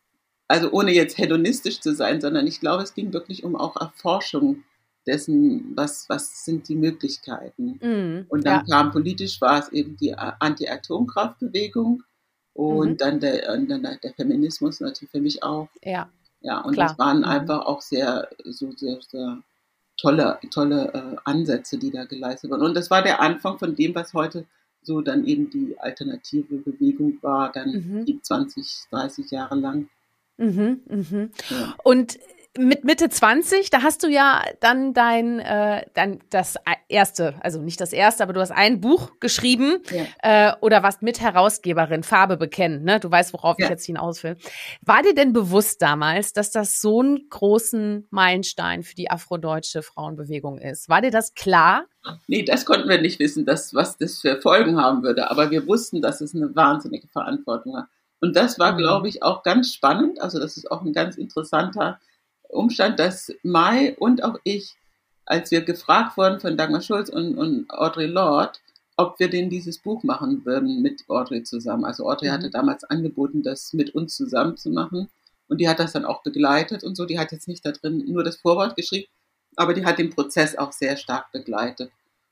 also ohne jetzt hedonistisch zu sein, sondern ich glaube, es ging wirklich um auch Erforschung dessen, was, was sind die Möglichkeiten. Mhm. Und dann Ja. kam politisch, war es eben die Anti-Atomkraftbewegung und Mhm. dann der, und dann der Feminismus natürlich für mich auch. Ja. Ja, und Klar. das waren Mhm. einfach auch sehr, so sehr, sehr tolle, tolle äh, Ansätze, die da geleistet wurden. Und das war der Anfang von dem, was heute so dann eben die alternative Bewegung war, dann Mhm. die zwanzig, dreißig Jahre lang. Mhm, mhm. Ja. Und mit Mitte zwanzig, da hast du ja dann dein, äh, dein das erste, also nicht das erste, aber du hast ein Buch geschrieben Ja. äh, oder warst Mitherausgeberin, Farbe bekennen, ne? Du weißt, worauf Ja. ich jetzt hinaus will. War dir denn bewusst damals, dass das so einen großen Meilenstein für die afrodeutsche Frauenbewegung ist? War dir das klar? Nee, das konnten wir nicht wissen, dass, was das für Folgen haben würde, aber wir wussten, dass es eine wahnsinnige Verantwortung war. Und das war, Mhm. glaube ich, auch ganz spannend, also das ist auch ein ganz interessanter Umstand, dass Mai und auch ich, als wir gefragt wurden von Dagmar Schulz und, und Audre Lorde, ob wir denn dieses Buch machen würden mit Audre zusammen. Also Audre Mhm. hatte damals angeboten, das mit uns zusammen zu machen. Und die hat das dann auch begleitet und so. Die hat jetzt nicht da drin nur das Vorwort geschrieben, aber die hat den Prozess auch sehr stark begleitet.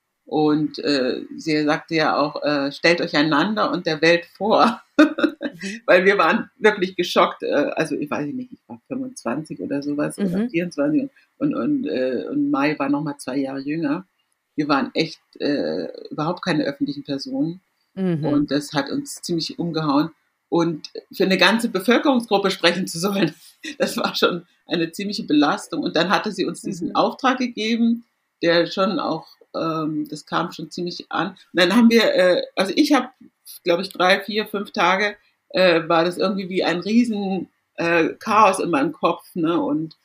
Und äh, sie sagte ja auch, äh, stellt euch einander und der Welt vor. Mhm. Weil wir waren wirklich geschockt. Äh, also ich weiß nicht, ich war fünfundzwanzig oder sowas Mhm. oder vierundzwanzig und, und, äh, und Mai war nochmal zwei Jahre jünger. Wir waren echt äh, überhaupt keine öffentlichen Personen. Mhm. Und das hat uns ziemlich umgehauen. Und für eine ganze Bevölkerungsgruppe sprechen zu sollen, das war schon eine ziemliche Belastung. Und dann hatte sie uns diesen mhm. Auftrag gegeben, der schon auch, ähm, das kam schon ziemlich an. Und dann haben wir, äh, also ich habe, glaube ich, drei, vier, fünf Tage, äh, war das irgendwie wie ein riesen äh, Chaos in meinem Kopf. Ne? Und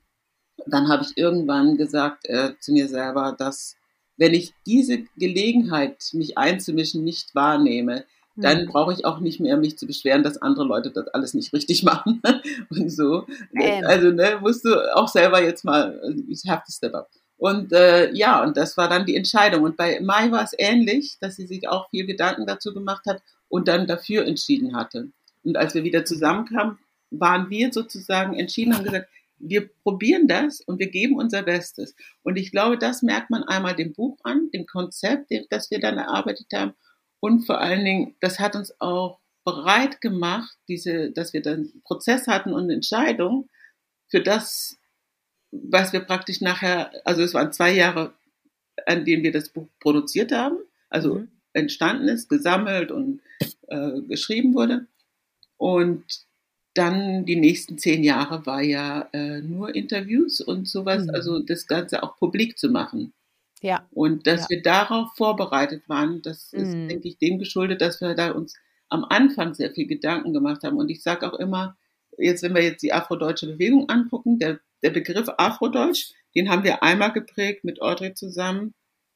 dann habe ich irgendwann gesagt äh, zu mir selber, dass wenn ich diese Gelegenheit, mich einzumischen, nicht wahrnehme, dann brauche ich auch nicht mehr mich zu beschweren, dass andere Leute das alles nicht richtig machen und so. Ähm. Also ne, musst du auch selber jetzt mal, you have to step up. Und äh, ja, und das war dann die Entscheidung. Und bei Mai war es ähnlich, dass sie sich auch viel Gedanken dazu gemacht hat und dann dafür entschieden hatte. Und als wir wieder zusammenkamen, waren wir sozusagen entschieden, haben gesagt, wir probieren das und wir geben unser Bestes. Und ich glaube, das merkt man einmal dem Buch an, dem Konzept, das wir dann erarbeitet haben. Und vor allen Dingen, das hat uns auch bereit gemacht, diese, dass wir dann einen Prozess hatten und eine Entscheidung für das, was wir praktisch nachher, also es waren zwei Jahre, an denen wir das Buch produziert haben, also mhm. entstanden ist, gesammelt und äh, geschrieben wurde. Und dann die nächsten zehn Jahre war ja äh, nur Interviews und sowas, mhm. also das Ganze auch publik zu machen. Ja. Und dass ja. wir darauf vorbereitet waren, das ist, mhm. denke ich, dem geschuldet, dass wir da uns am Anfang sehr viel Gedanken gemacht haben. Und ich sage auch immer, jetzt, wenn wir jetzt die afrodeutsche Bewegung angucken, der, der Begriff Afrodeutsch, den haben wir einmal geprägt mit Audre zusammen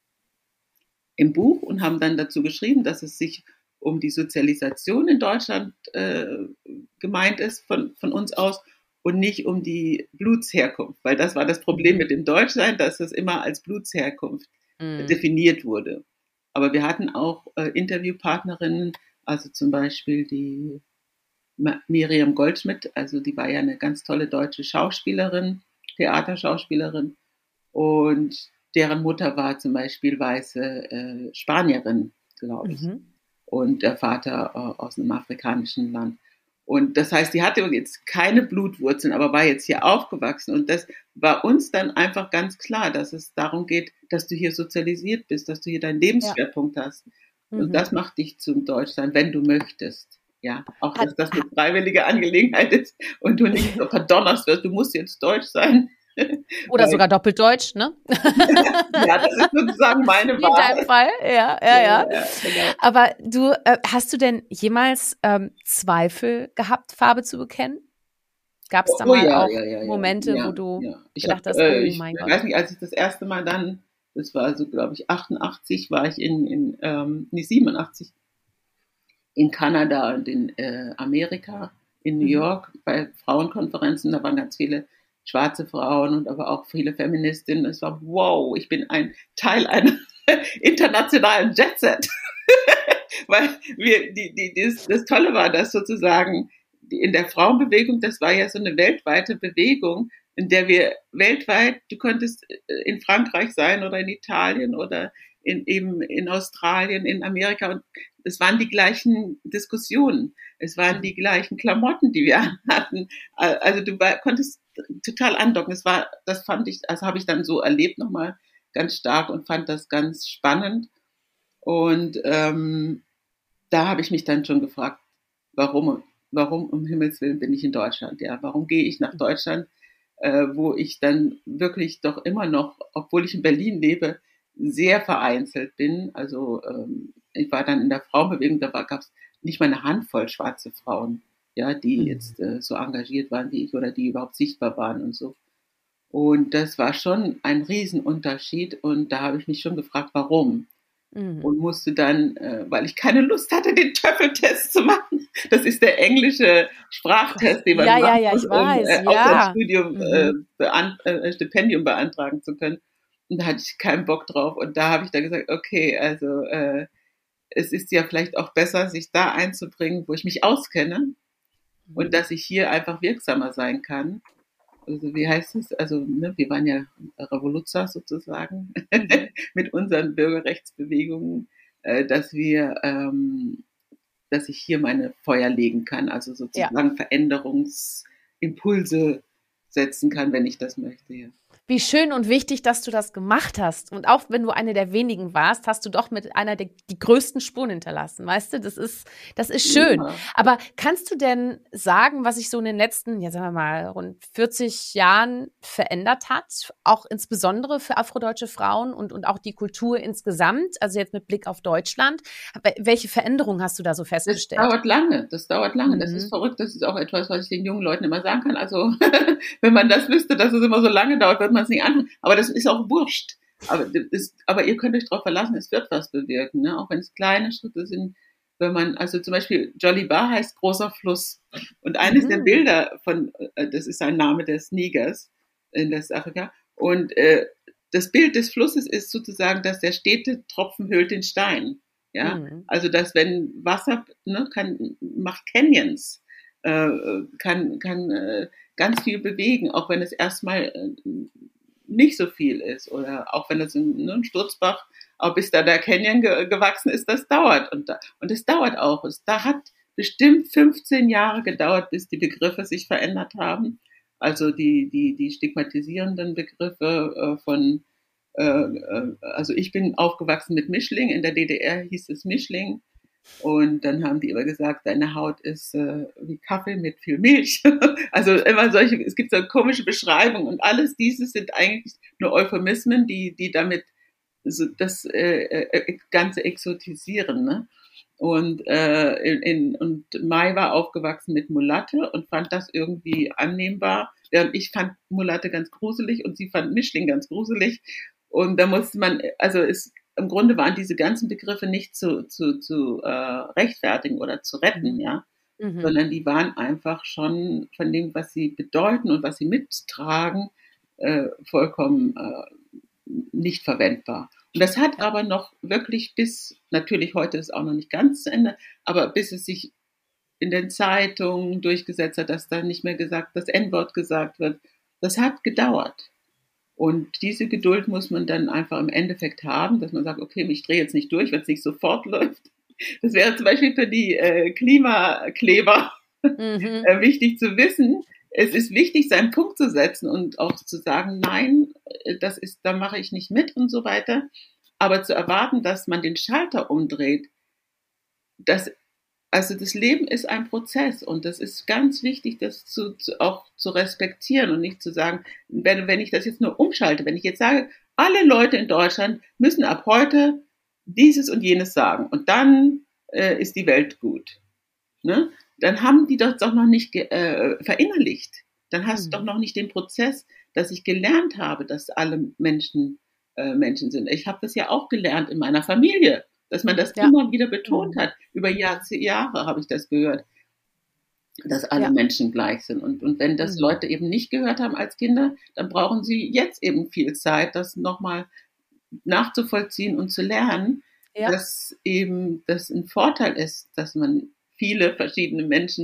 im Buch und haben dann dazu geschrieben, dass es sich um die Sozialisation in Deutschland äh, gemeint ist von, von uns aus und nicht um die Blutsherkunft, weil das war das Problem mit dem Deutschsein, dass es immer als Blutsherkunft mm. definiert wurde. Aber wir hatten auch äh, Interviewpartnerinnen, also zum Beispiel die Miriam Goldschmidt, also die war ja eine ganz tolle deutsche Schauspielerin, Theaterschauspielerin und deren Mutter war zum Beispiel weiße äh, Spanierin, glaube ich. Mhm. Und der Vater äh, aus einem afrikanischen Land. Und das heißt, die hatte jetzt keine Blutwurzeln, aber war jetzt hier aufgewachsen. Und das war uns dann einfach ganz klar, dass es darum geht, dass du hier sozialisiert bist, dass du hier deinen Lebensschwerpunkt ja. hast. Und mhm. das macht dich zum Deutschsein, wenn du möchtest. Ja, auch dass das eine freiwillige Angelegenheit ist und du nicht so verdonnerst wirst, du musst jetzt Deutsch sein. Oder sogar doppelt Deutsch, ne? Ja, das ist sozusagen meine Wahl. In deinem Fall, ja, ja, ja. ja, ja genau. Aber du, äh, hast du denn jemals ähm, Zweifel gehabt, Farbe zu bekennen? Gab es da oh, mal ja, auch ja, ja, Momente, ja, wo du ja. Ich gedacht hab, hast, äh, oh ich mein Gott. Ich weiß nicht, als ich das erste Mal dann, das war so, glaube ich, achtundachtzig, war ich in, in ähm, nee, siebenundachtzig, in Kanada und in äh, Amerika, in New York, mhm. bei Frauenkonferenzen, da waren ganz viele schwarze Frauen und aber auch viele Feministinnen. Es war, wow, ich bin ein Teil einer internationalen Jetset. Weil wir, die, die, das, das Tolle war, dass sozusagen in der Frauenbewegung, das war ja so eine weltweite Bewegung, in der wir weltweit, du konntest in Frankreich sein oder in Italien oder in, eben in Australien, in Amerika, und es waren die gleichen Diskussionen, es waren die gleichen Klamotten, die wir hatten. Also du war, konntest total andocken. Es war, das fand ich, also habe ich dann so erlebt nochmal ganz stark und fand das ganz spannend. Und ähm, da habe ich mich dann schon gefragt, warum, warum um Himmels Willen bin ich in Deutschland? Ja, warum gehe ich nach Deutschland, äh, wo ich dann wirklich doch immer noch, obwohl ich in Berlin lebe, sehr vereinzelt bin. Also ähm, ich war dann in der Frauenbewegung, da gab es nicht mal eine Handvoll schwarze Frauen, ja, die mhm. jetzt äh, so engagiert waren wie ich oder die überhaupt sichtbar waren und so. Und das war schon ein Riesenunterschied und da habe ich mich schon gefragt, warum? Mhm. Und musste dann, äh, weil ich keine Lust hatte, den TOEFL-Test zu machen. Das ist der englische Sprachtest, den man ja, macht, ja, ja, ich weiß, um äh, ja. Auslandsstudium, mhm. äh, beant- äh, Stipendium beantragen zu können. Und da hatte ich keinen Bock drauf. Und da habe ich dann gesagt, okay, also äh, es ist ja vielleicht auch besser, sich da einzubringen, wo ich mich auskenne mhm. und dass ich hier einfach wirksamer sein kann. Also wie heißt es? Also ne, wir waren ja Revoluzer sozusagen mhm. mit unseren Bürgerrechtsbewegungen, äh, dass wir, ähm, dass ich hier meine Feuer legen kann, also sozusagen ja. Veränderungsimpulse setzen kann, wenn ich das möchte. Ja. Wie schön und wichtig, dass du das gemacht hast. Und auch wenn du eine der wenigen warst, hast du doch mit einer der die größten Spuren hinterlassen. Weißt du, das ist, das ist schön. Ja. Aber kannst du denn sagen, was sich so in den letzten, ja sagen wir mal, rund vierzig Jahren verändert hat? Auch insbesondere für afrodeutsche Frauen und, und auch die Kultur insgesamt? Also jetzt mit Blick auf Deutschland. Welche Veränderungen hast du da so festgestellt? Das dauert lange. Das dauert lange. Mhm. Das ist verrückt. Das ist auch etwas, was ich den jungen Leuten immer sagen kann. Also wenn man das wüsste, dass es immer so lange dauert, wird man es nicht anhören. Aber das ist auch wurscht. Aber, das, aber ihr könnt euch darauf verlassen, es wird was bewirken, ne? Auch wenn es kleine Schritte sind. Wenn man, also zum Beispiel Joliba heißt großer Fluss. Und eines mhm. der Bilder von, das ist ein Name des Nigers in Westafrika. Und äh, das Bild des Flusses ist sozusagen, dass der stete Tropfen hüllt den Stein. Ja, mhm. also dass wenn Wasser, ne, kann, macht Canyons, äh, kann, kann äh, ganz viel bewegen, auch wenn es erstmal äh, nicht so viel ist oder auch wenn es ein, ne, ein Sturzbach, auch bis da der Canyon ge- gewachsen ist, das dauert und da, und es dauert auch. Es da hat bestimmt fünfzehn Jahre gedauert, bis die Begriffe sich verändert haben. Also die die die stigmatisierenden Begriffe äh, von äh, äh, also ich bin aufgewachsen mit Mischling, in der D D R hieß es Mischling. Und dann haben die immer gesagt, deine Haut ist äh, wie Kaffee mit viel Milch. Also immer solche, es gibt so komische Beschreibungen und alles dieses sind eigentlich nur Euphemismen, die die damit so das äh, äh, Ganze exotisieren. Ne? Und, äh, in, in, und Mai war aufgewachsen mit Mulatte und fand das irgendwie annehmbar. Während ich fand Mulatte ganz gruselig und sie fand Mischling ganz gruselig. Und da musste man, also es im Grunde waren diese ganzen Begriffe nicht zu, zu, zu äh, rechtfertigen oder zu retten, ja, mhm. sondern die waren einfach schon von dem, was sie bedeuten und was sie mittragen, äh, vollkommen äh, nicht verwendbar. Und das hat aber noch wirklich bis, natürlich heute ist auch noch nicht ganz zu Ende, aber bis es sich in den Zeitungen durchgesetzt hat, dass da nicht mehr gesagt, das En-Wort gesagt wird, das hat gedauert. Und diese Geduld muss man dann einfach im Endeffekt haben, dass man sagt, okay, ich drehe jetzt nicht durch, wenn es nicht sofort läuft. Das wäre zum Beispiel für die äh, Klimakleber mhm. äh, wichtig zu wissen. Es ist wichtig, seinen Punkt zu setzen und auch zu sagen, nein, das ist, da mache ich nicht mit und so weiter. Aber zu erwarten, dass man den Schalter umdreht, das Also das Leben ist ein Prozess und das ist ganz wichtig, das zu, zu, auch zu respektieren und nicht zu sagen, wenn, wenn ich das jetzt nur umschalte, wenn ich jetzt sage, alle Leute in Deutschland müssen ab heute dieses und jenes sagen und dann äh, ist die Welt gut, ne? Dann haben die das doch noch nicht äh, verinnerlicht. Dann hast mhm. du doch noch nicht den Prozess, dass ich gelernt habe, dass alle Menschen äh, Menschen sind. Ich habe das ja auch gelernt in meiner Familie, dass man das ja. immer wieder betont hat. Über Jahr, Jahre habe ich das gehört, dass alle ja. Menschen gleich sind. Und, und wenn das mhm. Leute eben nicht gehört haben als Kinder, dann brauchen sie jetzt eben viel Zeit, das nochmal nachzuvollziehen und zu lernen, ja. dass eben das ein Vorteil ist, dass man viele verschiedene Menschen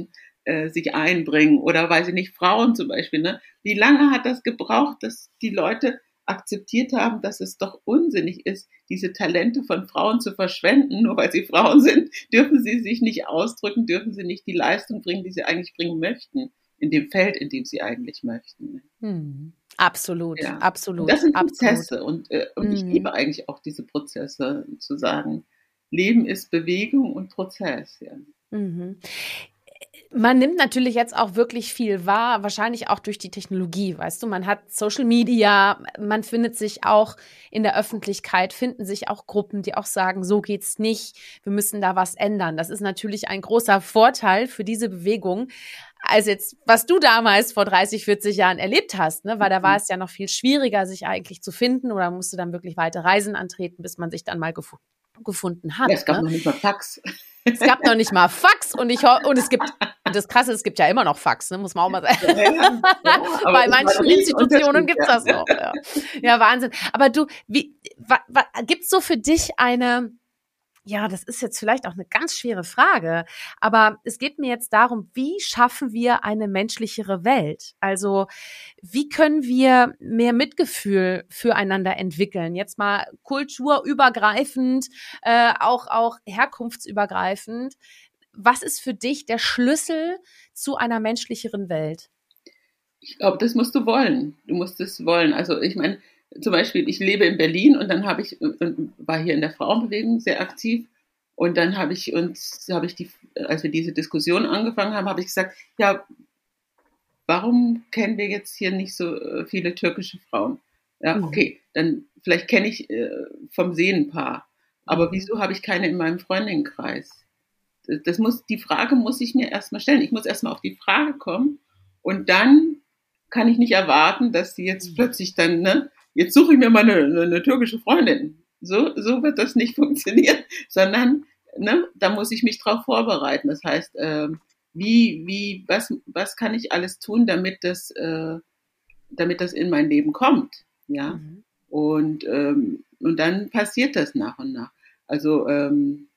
äh, sich einbringen oder weiß ich nicht, Frauen zum Beispiel, ne? Wie lange hat das gebraucht, dass die Leute akzeptiert haben, dass es doch unsinnig ist, diese Talente von Frauen zu verschwenden, nur weil sie Frauen sind, dürfen sie sich nicht ausdrücken, dürfen sie nicht die Leistung bringen, die sie eigentlich bringen möchten, in dem Feld, in dem sie eigentlich möchten. Hm. Absolut, ja. absolut. Und das sind absolut. Prozesse und, äh, und mhm. ich liebe eigentlich auch diese Prozesse, zu sagen, Leben ist Bewegung und Prozess. Ja. Mhm. Man nimmt natürlich jetzt auch wirklich viel wahr, wahrscheinlich auch durch die Technologie, weißt du, man hat Social Media, man findet sich auch in der Öffentlichkeit, finden sich auch Gruppen, die auch sagen, so geht's nicht, wir müssen da was ändern. Das ist natürlich ein großer Vorteil für diese Bewegung, als jetzt, was du damals vor dreißig, vierzig Jahren erlebt hast, ne, weil da war es ja noch viel schwieriger, sich eigentlich zu finden oder musste dann wirklich weite Reisen antreten, bis man sich dann mal gef- gefunden hat. Ja, es gab ne? noch nicht mal Fax. Es gab noch nicht mal Fax und ich und es gibt und das Krasse, es gibt ja immer noch Fax, ne, muss man auch mal sagen. Ja, ja, ja, bei manchen Institutionen gibt's das noch. Ja. ja, Wahnsinn. Aber du, wie wa, wa, gibt's so für dich eine, ja, das ist jetzt vielleicht auch eine ganz schwere Frage, aber es geht mir jetzt darum, wie schaffen wir eine menschlichere Welt? Also, wie können wir mehr Mitgefühl füreinander entwickeln? Jetzt mal kulturübergreifend, äh, auch, auch herkunftsübergreifend. Was ist für dich der Schlüssel zu einer menschlicheren Welt? Ich glaube, das musst du wollen. Du musst es wollen. Also, ich meine, zum Beispiel, ich lebe in Berlin und dann habe ich, war hier in der Frauenbewegung sehr aktiv und dann habe ich uns, habe ich die, als wir diese Diskussion angefangen haben, habe ich gesagt, ja, warum kennen wir jetzt hier nicht so viele türkische Frauen? Ja, okay, dann vielleicht kenne ich äh, vom Sehen ein paar, aber wieso habe ich keine in meinem Freundinnenkreis? Das, das muss, die Frage muss ich mir erstmal stellen. Ich muss erstmal auf die Frage kommen und dann kann ich nicht erwarten, dass sie jetzt plötzlich dann, ne, jetzt suche ich mir mal eine, eine, eine türkische Freundin. So, so wird das nicht funktionieren, sondern ne, da muss ich mich drauf vorbereiten. Das heißt, äh, wie, wie, was, was kann ich alles tun, damit das, äh, damit das in mein Leben kommt, ja? Mhm. Und ähm, und dann passiert das nach und nach. Also ähm,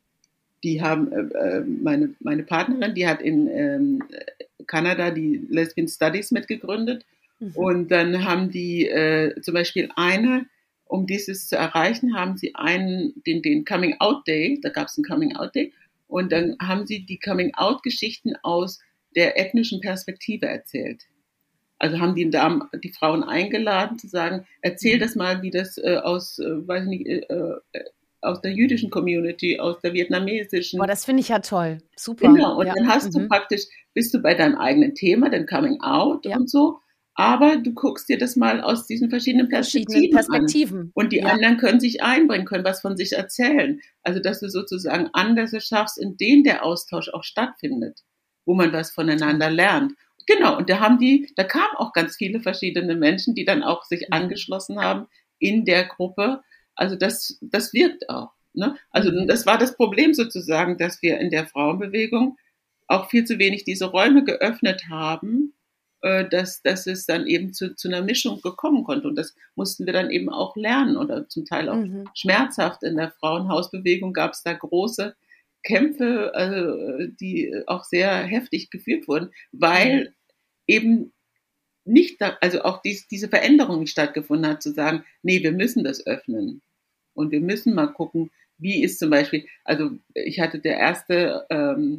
die haben äh, meine meine Partnerin, die hat in ähm, Kanada die Lesbian Studies mitgegründet. Mhm. Und dann haben die äh, zum Beispiel eine, um dieses zu erreichen, haben sie einen, den, den Coming Out Day, da gab es einen Coming Out Day, und dann haben sie die Coming Out Geschichten aus der ethnischen Perspektive erzählt. Also haben die Damen, die Frauen eingeladen zu sagen, erzähl das mal, wie das äh, aus, äh, weiß nicht, äh, äh, aus der jüdischen Community, aus der vietnamesischen. Boah, das finde ich ja toll. Super. Genau, und ja. dann hast mhm. du praktisch, bist du bei deinem eigenen Thema, dein Coming Out ja. und so, aber du guckst dir das mal aus diesen verschiedenen Perspektiven, verschiedenen Perspektiven. an. Und die ja. anderen können sich einbringen, können was von sich erzählen. Also, dass du sozusagen Anlässe schaffst, in denen der Austausch auch stattfindet, wo man was voneinander lernt. Genau, und da haben die, da kamen auch ganz viele verschiedene Menschen, die dann auch sich angeschlossen haben in der Gruppe. Also das, das wirkt auch. Ne? Also das war das Problem sozusagen, dass wir in der Frauenbewegung auch viel zu wenig diese Räume geöffnet haben, äh, dass, dass es dann eben zu, zu einer Mischung gekommen konnte. Und das mussten wir dann eben auch lernen oder zum Teil auch mhm. schmerzhaft. In der Frauenhausbewegung gab es da große Kämpfe, also, die auch sehr heftig geführt wurden, weil mhm. eben nicht, da, also auch dies, diese Veränderung nicht stattgefunden hat, zu sagen, nee, wir müssen das öffnen. Und wir müssen mal gucken, wie ist zum Beispiel, also ich hatte der erste ähm,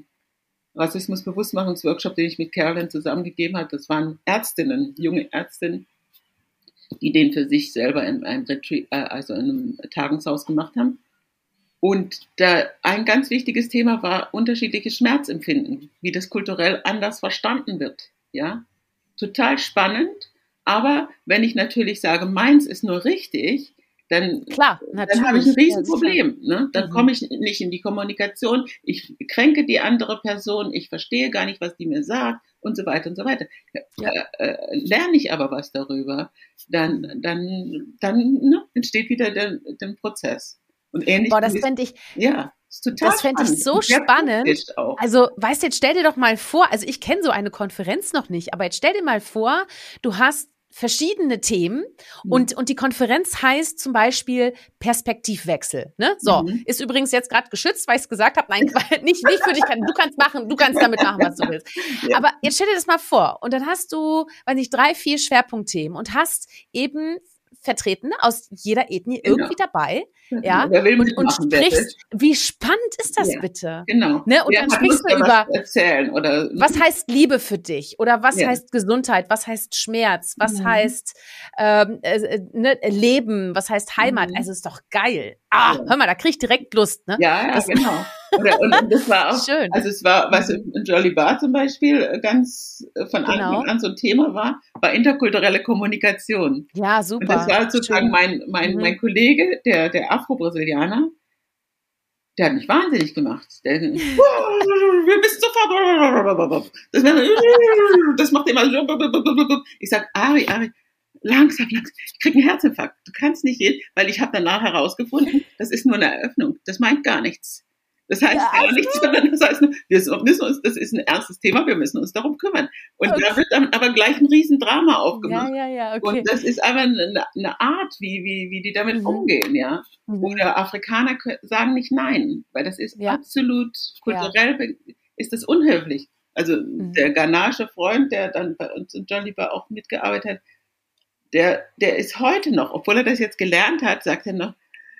Rassismus-Bewusstmachungsworkshop, den ich mit Carolyn zusammengegeben habe, das waren Ärztinnen, junge Ärztinnen, die den für sich selber in einem Retreat, äh, also in einem Tagungshaus gemacht haben. Und da ein ganz wichtiges Thema war unterschiedliches Schmerzempfinden, wie das kulturell anders verstanden wird. Ja, total spannend. Aber wenn ich natürlich sage, meins ist nur richtig, dann, Klar, dann habe ich ein Riesenproblem. Ne? Dann mhm. komme ich nicht in die Kommunikation, ich kränke die andere Person, ich verstehe gar nicht, was die mir sagt und so weiter und so weiter. Ja. Äh, äh, lerne ich aber was darüber, dann, dann, dann ne, entsteht wieder der, der Prozess. Und ähnlich. Boah, das fände ich, ja, ist total das fände ich so spannend. Also, weißt du, jetzt stell dir doch mal vor, also ich kenne so eine Konferenz noch nicht, aber jetzt stell dir mal vor, du hast verschiedene Themen mhm. und, und die Konferenz heißt zum Beispiel Perspektivwechsel. Ne? So, mhm. ist übrigens jetzt gerade geschützt, weil ich es gesagt habe. Nein, nicht, nicht für dich. Du kannst machen, du kannst damit machen, was du willst. Ja. Aber jetzt stell dir das mal vor. Und dann hast du, weiß nicht, drei, vier Schwerpunktthemen und hast eben Vertretene aus jeder Ethnie genau. irgendwie dabei, ja, und, und sprichst, wie spannend ist das ja, bitte? Genau. Ne? Und ja, dann sprichst du über, erzählen oder was heißt Liebe für dich? Oder was ja. heißt Gesundheit? Was heißt Schmerz? Was mhm. heißt ähm, äh, ne, Leben? Was heißt Heimat? Mhm. Also ist doch geil. Ah, ja. hör mal, da krieg ich direkt Lust, ne? Ja, ja, das, genau. Oder, und, und das war auch, schön. Also es war, was in Jolly Bar zum Beispiel ganz von genau. Anfang an so ein Thema war, war interkulturelle Kommunikation. Ja, super. Und das war sozusagen mein, mein, mhm. mein Kollege, der, der Afro-Brasilianer, der hat mich wahnsinnig gemacht. Der, wir müssen sofort, das, das macht immer so, ich sag, Ari, Ari, langsam, langsam, ich krieg einen Herzinfarkt. Du kannst nicht jeden, weil ich habe danach herausgefunden, das ist nur eine Eröffnung. Das meint gar nichts. Das heißt ja, gar nichts, sondern das heißt nur, wir müssen uns, das ist ein ernstes Thema, wir müssen uns darum kümmern. Und okay. da wird dann aber gleich ein Riesendrama aufgemacht. Ja, ja, ja, okay. Und das ist aber eine, eine Art, wie, wie, wie die damit mhm. umgehen, ja. Mhm. Oder Afrikaner sagen nicht nein, weil das ist ja. absolut kulturell, ja. ist das unhöflich. Also mhm. der ghanaische Freund, der dann bei uns in Jolly Bar auch mitgearbeitet hat, der, der ist heute noch, obwohl er das jetzt gelernt hat, sagt er noch,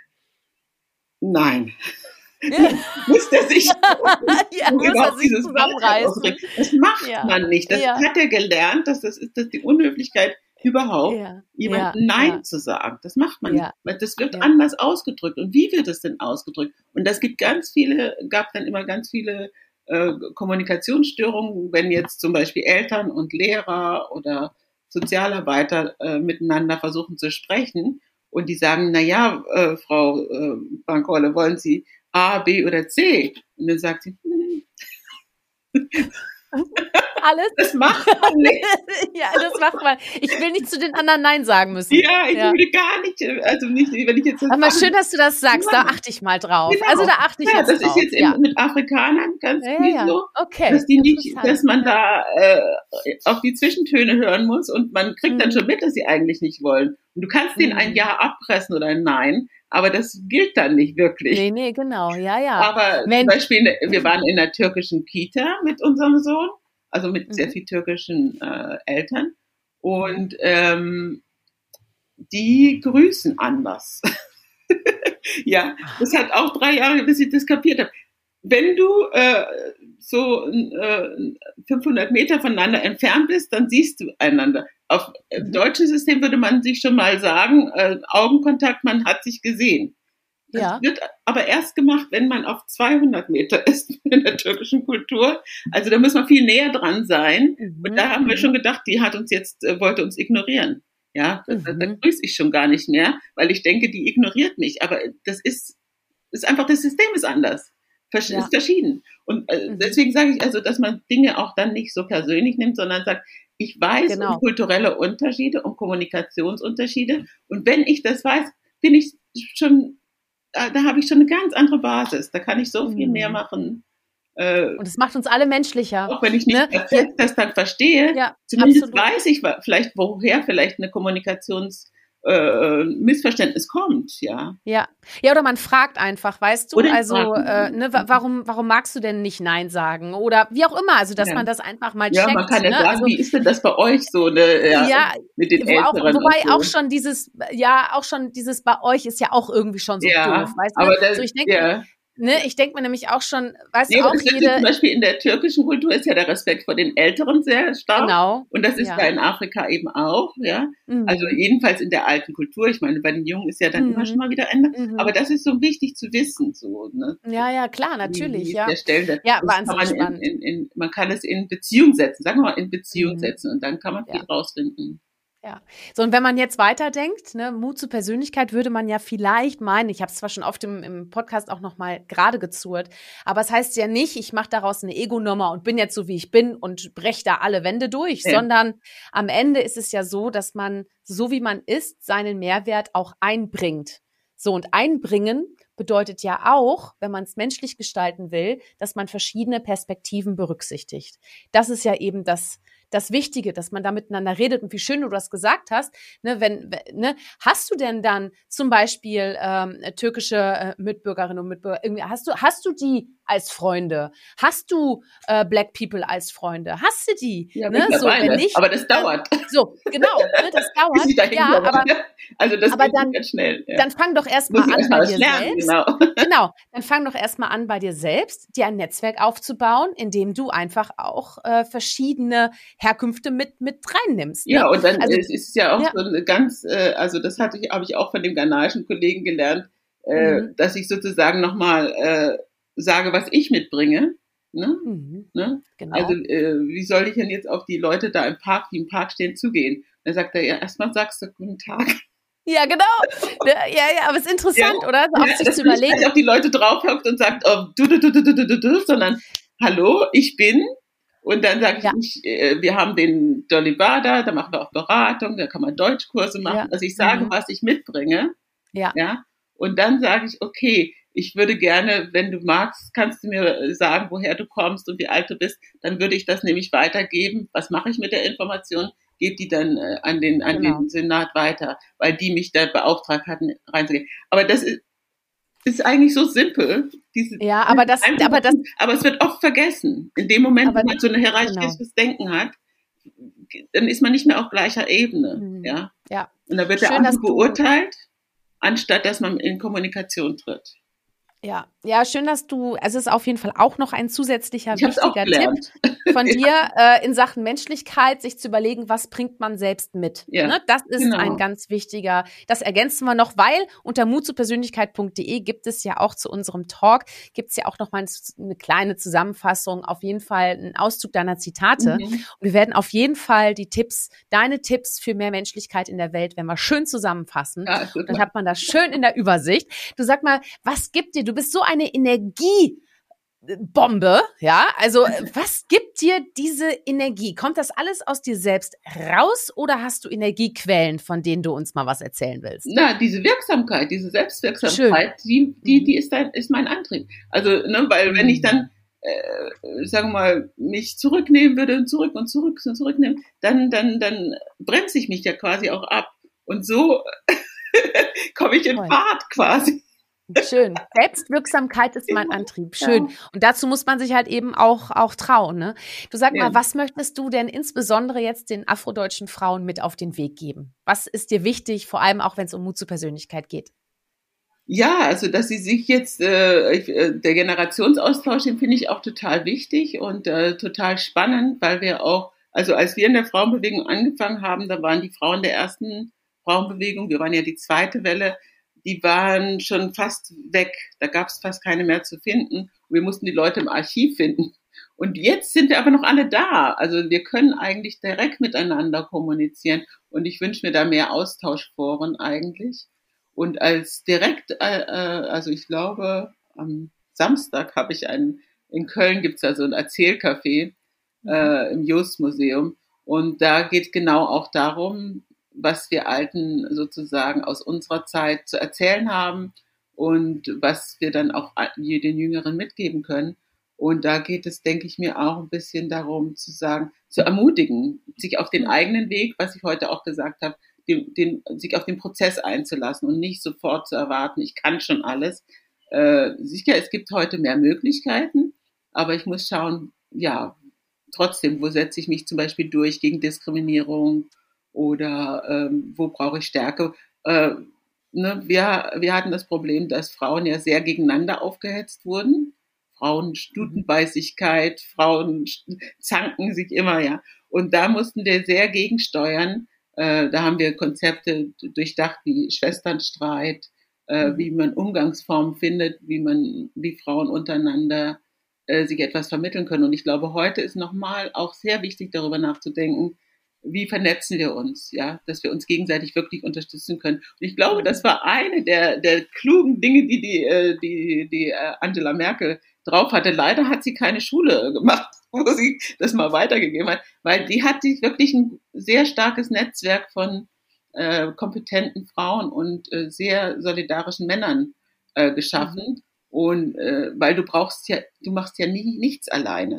nein. Ja. muss der sich ja, muss er sich zusammenreißen. Das macht ja. man nicht. Das ja. hat er gelernt, dass das ist das die Unhöflichkeit überhaupt, ja. jemandem ja. Nein ja. zu sagen. Das macht man ja. nicht. Weil das wird ja. anders ausgedrückt. Und wie wird es denn ausgedrückt? Und das gibt ganz viele, gab dann immer ganz viele äh, Kommunikationsstörungen, wenn jetzt zum Beispiel Eltern und Lehrer oder Sozialarbeiter äh, miteinander versuchen zu sprechen und die sagen, na ja, äh, Frau äh, Bankole, wollen Sie A, B oder C? Und dann sagt sie, hm. Alles? Das macht man nicht. Ja, das macht man. Ich will nicht zu den anderen Nein sagen müssen. Ja, ich ja. will gar nicht, also nicht, wenn ich jetzt das Aber mal schön, dass du das sagst, ja. da achte ich mal drauf. Genau. Also da achte ich ja, jetzt das drauf. Das ist jetzt ja. mit Afrikanern ganz ja, viel ja. so, okay. dass die nicht, dass man da äh, auf die Zwischentöne hören muss und man kriegt mhm. dann schon mit, dass sie eigentlich nicht wollen. Und du kannst mhm. denen ein Ja abpressen oder ein Nein, aber das gilt dann nicht wirklich. Nee, nee, genau, ja, ja. Aber Wenn, zum Beispiel, wir waren in einer türkischen Kita mit unserem Sohn, also mit mhm. sehr viel türkischen äh, Eltern. Und ähm, die grüßen anders. Ja, das hat auch drei Jahre, bis ich das kapiert habe. Wenn du äh, so äh, fünfhundert Meter voneinander entfernt bist, dann siehst du einander. Auf im deutschen System würde man sich schon mal sagen, äh, Augenkontakt, man hat sich gesehen. Das ja. wird aber erst gemacht, wenn man auf zweihundert Meter ist in der türkischen Kultur. Also da muss man viel näher dran sein. Mhm. Und da haben wir schon gedacht, die hat uns jetzt, äh, wollte uns ignorieren. Ja, mhm. da, da grüße ich schon gar nicht mehr, weil ich denke, die ignoriert mich. Aber das ist, ist einfach, das System ist anders. Versch- ja. Ist verschieden. Und äh, mhm. deswegen sage ich also, dass man Dinge auch dann nicht so persönlich nimmt, sondern sagt, ich weiß genau. um kulturelle Unterschiede, um Kommunikationsunterschiede. Und wenn ich das weiß, bin ich schon, da, da habe ich schon eine ganz andere Basis. Da kann ich so viel mehr machen. Äh, und es macht uns alle menschlicher. Auch wenn ich nicht ne? perfekt das dann verstehe, ja, zumindest absolut. Weiß ich vielleicht, woher vielleicht eine Kommunikations- Äh, Missverständnis kommt, ja. Ja, ja, oder man fragt einfach, weißt du, oder also äh, ne, wa- warum, warum magst du denn nicht Nein sagen oder wie auch immer, also dass ja. man das einfach mal ja, checkt. Ja, man kann ja ne? sagen, also, wie ist denn das bei euch so, ne, ja, ja mit den wo auch, Älteren wobei und so. auch schon dieses, ja, auch schon dieses bei euch ist ja auch irgendwie schon so ja, doof, weißt du? Aber das, so, ich denke, ja. Ne, ich denke mir nämlich auch schon, weißt nee, du, auch das jede... Zum Beispiel in der türkischen Kultur ist ja der Respekt vor den Älteren sehr stark. Genau. Und das ist ja, ja in Afrika eben auch, ja. Mhm. Also jedenfalls in der alten Kultur. Ich meine, bei den Jungen ist ja dann mhm. immer schon mal wieder ändert. Mhm. Aber das ist so wichtig zu wissen, so, ne. Ja, ja, klar, natürlich, wie, wie ja. Der Stellenwert. Ja, das wahnsinnig kann man spannend. In, in, in, man kann es in Beziehung setzen, sagen wir mal in Beziehung mhm. setzen und dann kann man viel ja. rausfinden. Ja, so und wenn man jetzt weiterdenkt, ne, Mut zur Persönlichkeit, würde man ja vielleicht meinen, ich habe es zwar schon oft im, im Podcast auch nochmal gerade gezurrt, aber es heißt ja nicht, ich mache daraus eine Ego-Nummer und bin jetzt so, wie ich bin und breche da alle Wände durch, ja. sondern am Ende ist es ja so, dass man, so wie man ist, seinen Mehrwert auch einbringt. So, und einbringen bedeutet ja auch, wenn man es menschlich gestalten will, dass man verschiedene Perspektiven berücksichtigt. Das ist ja eben das das Wichtige, dass man da miteinander redet und wie schön du das gesagt hast. Ne, wenn, ne, hast du denn dann zum Beispiel ähm, türkische äh, Mitbürgerinnen und Mitbürger, irgendwie, hast du, hast du die als Freunde? Hast du äh, Black People als Freunde? Hast du die? Ja, ne? So, wenn nicht, aber das dauert. Äh, so, genau, ne, das dauert. Bis ich dahin ja, komme. aber, also das aber geht dann, ganz schnell. Ja. Dann fang doch erstmal an erst bei mal dir lernen, selbst. Genau. genau, dann fang doch erstmal an bei dir selbst, dir ein Netzwerk aufzubauen, in dem du einfach auch äh, verschiedene Herkünfte mit mit reinnimmst. Ne? Ja, und dann also, es ist ja auch ja. so eine ganz, äh, also das hatte ich, habe ich auch von dem ghanaischen Kollegen gelernt, äh, Mhm. dass ich sozusagen nochmal äh, sage, was ich mitbringe. Ne? Mhm. Ne? Genau. Also äh, wie soll ich denn jetzt auf die Leute da im Park, die im Park stehen, zugehen? Dann sagt er, ja, erstmal sagst du guten Tag. Ja, genau. Ja, ja, aber es ist interessant, Ja, oder? So auch ja, sich dass zu man nicht überlegen. gleich auf die Leute draufhockt und sagt, oh, du, du, du, du, du, du, du, du, sondern hallo, ich bin. Und dann sage ich, Ja. ich äh, wir haben den Dolly Bada, da machen wir auch Beratung, da kann man Deutschkurse machen. Ja. Also ich sage, Mhm. was ich mitbringe. Ja. Ja. Und dann sage ich, okay, ich würde gerne, wenn du magst, kannst du mir sagen, woher du kommst und wie alt du bist. Dann würde ich das nämlich weitergeben. Was mache ich mit der Information? Gebe die dann äh, an den an Genau. den Senat weiter, weil die mich da beauftragt hatten, reinzugehen. Aber das ist, ist eigentlich so simpel. Diese, Ja, aber das, einfach, aber das, aber es wird oft vergessen. In dem Moment, Aber- wo man so ein hierarchisches genau. Denken hat, dann ist man nicht mehr auf gleicher Ebene. Mhm. Ja. ja. Und da wird Schön, der andere dass du- beurteilt, anstatt dass man in Kommunikation tritt. Ja, ja, schön, dass du, also es ist auf jeden Fall auch noch ein zusätzlicher Ich habe es auch wichtiger Tipp gelernt. von dir äh, in Sachen Menschlichkeit, sich zu überlegen, was bringt man selbst mit. Ja, ne? Das ist genau. ein ganz wichtiger, das ergänzen wir noch, weil unter mutzupersönlichkeit punkt de gibt es ja auch zu unserem Talk, gibt es ja auch noch mal eine kleine Zusammenfassung, auf jeden Fall einen Auszug deiner Zitate. Mhm. Und wir werden auf jeden Fall die Tipps, deine Tipps für mehr Menschlichkeit in der Welt, wenn wir schön zusammenfassen. Ja, super. Dann hat man das schön in der Übersicht. Du sag mal, was gibt dir, du bist so eine Energiebombe, ja? Also, was gibt dir diese Energie? Kommt das alles aus dir selbst raus oder hast du Energiequellen, von denen du uns mal was erzählen willst? Na, diese Wirksamkeit, diese Selbstwirksamkeit, die, die, die ist, dann, ist mein Antrieb. Also, ne, weil wenn ich dann, äh, sagen wir mal, mich zurücknehmen würde und zurück und zurück und zurücknehmen, dann, dann, dann bremse ich mich ja quasi auch ab. Und so komme ich in Toll. Fahrt quasi. Schön. Selbstwirksamkeit ist mein Antrieb. Schön. Und dazu muss man sich halt eben auch, auch trauen. Ne? Du sag mal, Ja. was möchtest du denn insbesondere jetzt den afrodeutschen Frauen mit auf den Weg geben? Was ist dir wichtig, vor allem auch wenn es um Mut zur Persönlichkeit geht? Ja, also dass sie sich jetzt, äh, ich, äh, der Generationsaustausch, den finde ich auch total wichtig und äh, total spannend, weil wir auch, also als wir in der Frauenbewegung angefangen haben, da waren die Frauen der ersten Frauenbewegung, wir waren ja die zweite Welle, die waren schon fast weg, da gab es fast keine mehr zu finden. Wir mussten die Leute im Archiv finden. Und jetzt sind wir aber noch alle da. Also wir können eigentlich direkt miteinander kommunizieren und ich wünsche mir da mehr Austauschforen eigentlich. Und als direkt, äh, also ich glaube, am Samstag habe ich einen, in Köln gibt es also ein Erzählcafé äh, im Jost-Museum. Und da geht genau auch darum, was wir Alten sozusagen aus unserer Zeit zu erzählen haben und was wir dann auch den Jüngeren mitgeben können. Und da geht es, denke ich mir, auch ein bisschen darum zu sagen, zu ermutigen, sich auf den eigenen Weg, was ich heute auch gesagt habe, den, den, sich auf den Prozess einzulassen und nicht sofort zu erwarten, ich kann schon alles. Äh, sicher, es gibt heute mehr Möglichkeiten, aber ich muss schauen, ja, trotzdem, wo setze ich mich zum Beispiel durch gegen Diskriminierung oder ähm, wo brauche ich Stärke? Äh, ne, wir, wir hatten das Problem, dass Frauen ja sehr gegeneinander aufgehetzt wurden. Frauen Stutenbeißigkeit, Frauen zanken sich immer, ja. Und da mussten wir sehr gegensteuern. Äh, da haben wir Konzepte durchdacht wie Schwesternstreit, äh, mhm. wie man Umgangsformen findet, wie man, wie Frauen untereinander äh, sich etwas vermitteln können. Und ich glaube, heute ist nochmal auch sehr wichtig, darüber nachzudenken, wie vernetzen wir uns, ja, dass wir uns gegenseitig wirklich unterstützen können. Und ich glaube, das war eine der, der klugen Dinge, die die, die, die Angela Merkel drauf hatte. Leider hat sie keine Schule gemacht, wo sie das mal weitergegeben hat, weil die hat sich wirklich ein sehr starkes Netzwerk von äh, kompetenten Frauen und äh, sehr solidarischen Männern äh, geschaffen. Mhm. Und äh, weil du brauchst ja, du machst ja nie nichts alleine.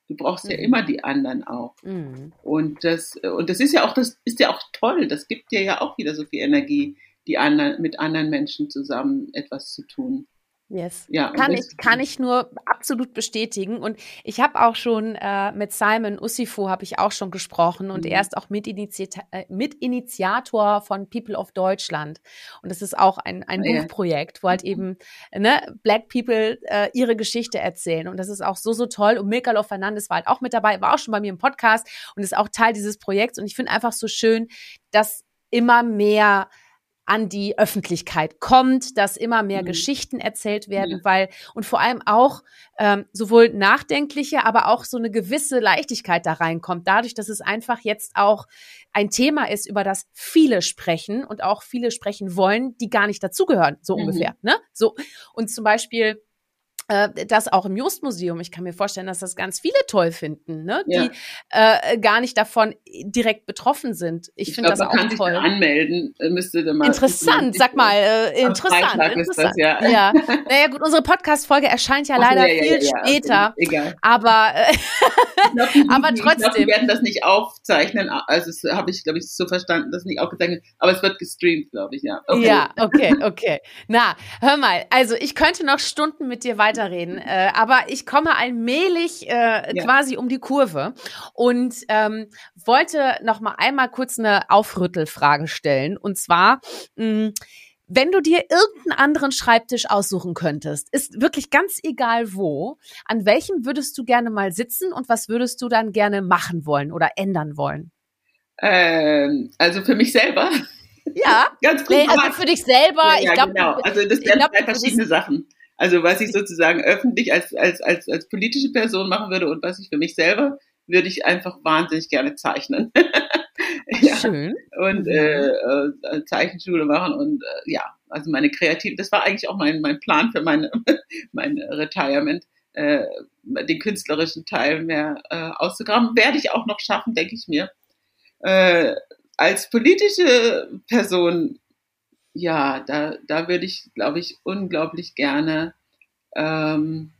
Du brauchst Mhm. ja immer die anderen auch. Mhm. Und das, und das ist ja auch, das ist ja auch toll. Das gibt dir ja auch wieder so viel Energie, die anderen, mit anderen Menschen zusammen etwas zu tun. Yes. Ja, und Kann das- ich, kann ich nur absolut bestätigen. Und ich habe auch schon äh, mit Simon Usifo habe ich auch schon gesprochen und Mhm. er ist auch Mitinitiat äh, Mitinitiator von People of Deutschland. Und das ist auch ein, ein Ah, ja. Buchprojekt, wo halt eben ne, Black People äh, ihre Geschichte erzählen. Und das ist auch so, so toll. Und Mirkalov Fernandes war halt auch mit dabei, war auch schon bei mir im Podcast und ist auch Teil dieses Projekts. Und ich finde einfach so schön, dass immer mehr an die Öffentlichkeit kommt, dass immer mehr Mhm. Geschichten erzählt werden, Ja. weil und vor allem auch ähm, sowohl nachdenkliche, aber auch so eine gewisse Leichtigkeit da reinkommt, dadurch, dass es einfach jetzt auch ein Thema ist, über das viele sprechen und auch viele sprechen wollen, die gar nicht dazugehören, so Mhm. ungefähr, ne? So und zum Beispiel äh, das auch im Just-Museum. Ich kann mir vorstellen, dass das ganz viele toll finden, ne? Ja. Die äh, gar nicht davon direkt betroffen sind. Ich, Ich finde glaube, das man auch kann sich toll. da anmelden, äh, müsste da mal. Interessant, sag mal, äh, Am interessant, Freitag ist interessant. das, ja. ja. Naja, gut, unsere Podcast-Folge erscheint ja Ach so, leider ja, ja, viel ja, ja, später, okay, egal. aber äh, Ich glaub, die, Aber die, Ich glaube, trotzdem. die werden das nicht aufzeichnen. Also, das habe ich, glaube ich, so verstanden, dass nicht aufgezeichnet, aber es wird gestreamt, glaube ich, ja. Okay. ja, okay, okay. Na, hör mal, also ich könnte noch Stunden mit dir weiterreden, äh, aber ich komme allmählich äh, Ja. quasi um die Kurve und ähm, wollte noch mal einmal kurz eine Aufrüttelfrage stellen. Und zwar, mh, wenn du dir irgendeinen anderen Schreibtisch aussuchen könntest, ist wirklich ganz egal wo, an welchem würdest du gerne mal sitzen und was würdest du dann gerne machen wollen oder ändern wollen? Ähm, also für mich selber. Ja, Ganz nee, privat. also für dich selber, Ja, ich ja, glaube, genau. Also das ich wären glaub, zwei das verschiedene ist- Sachen. Also was ich sozusagen öffentlich als, als, als, als politische Person machen würde und was ich für mich selber, würde ich einfach wahnsinnig gerne zeichnen. ja. schön. Und Mhm. äh, äh, Zeichenschule machen und äh, ja, also meine kreative, das war eigentlich auch mein, mein Plan für meine, mein Retirement, äh, den künstlerischen Teil mehr äh, auszugraben. Werde ich auch noch schaffen, denke ich mir. Äh, als politische Person, ja, da, da würde ich, glaube ich, unglaublich gerne ähm,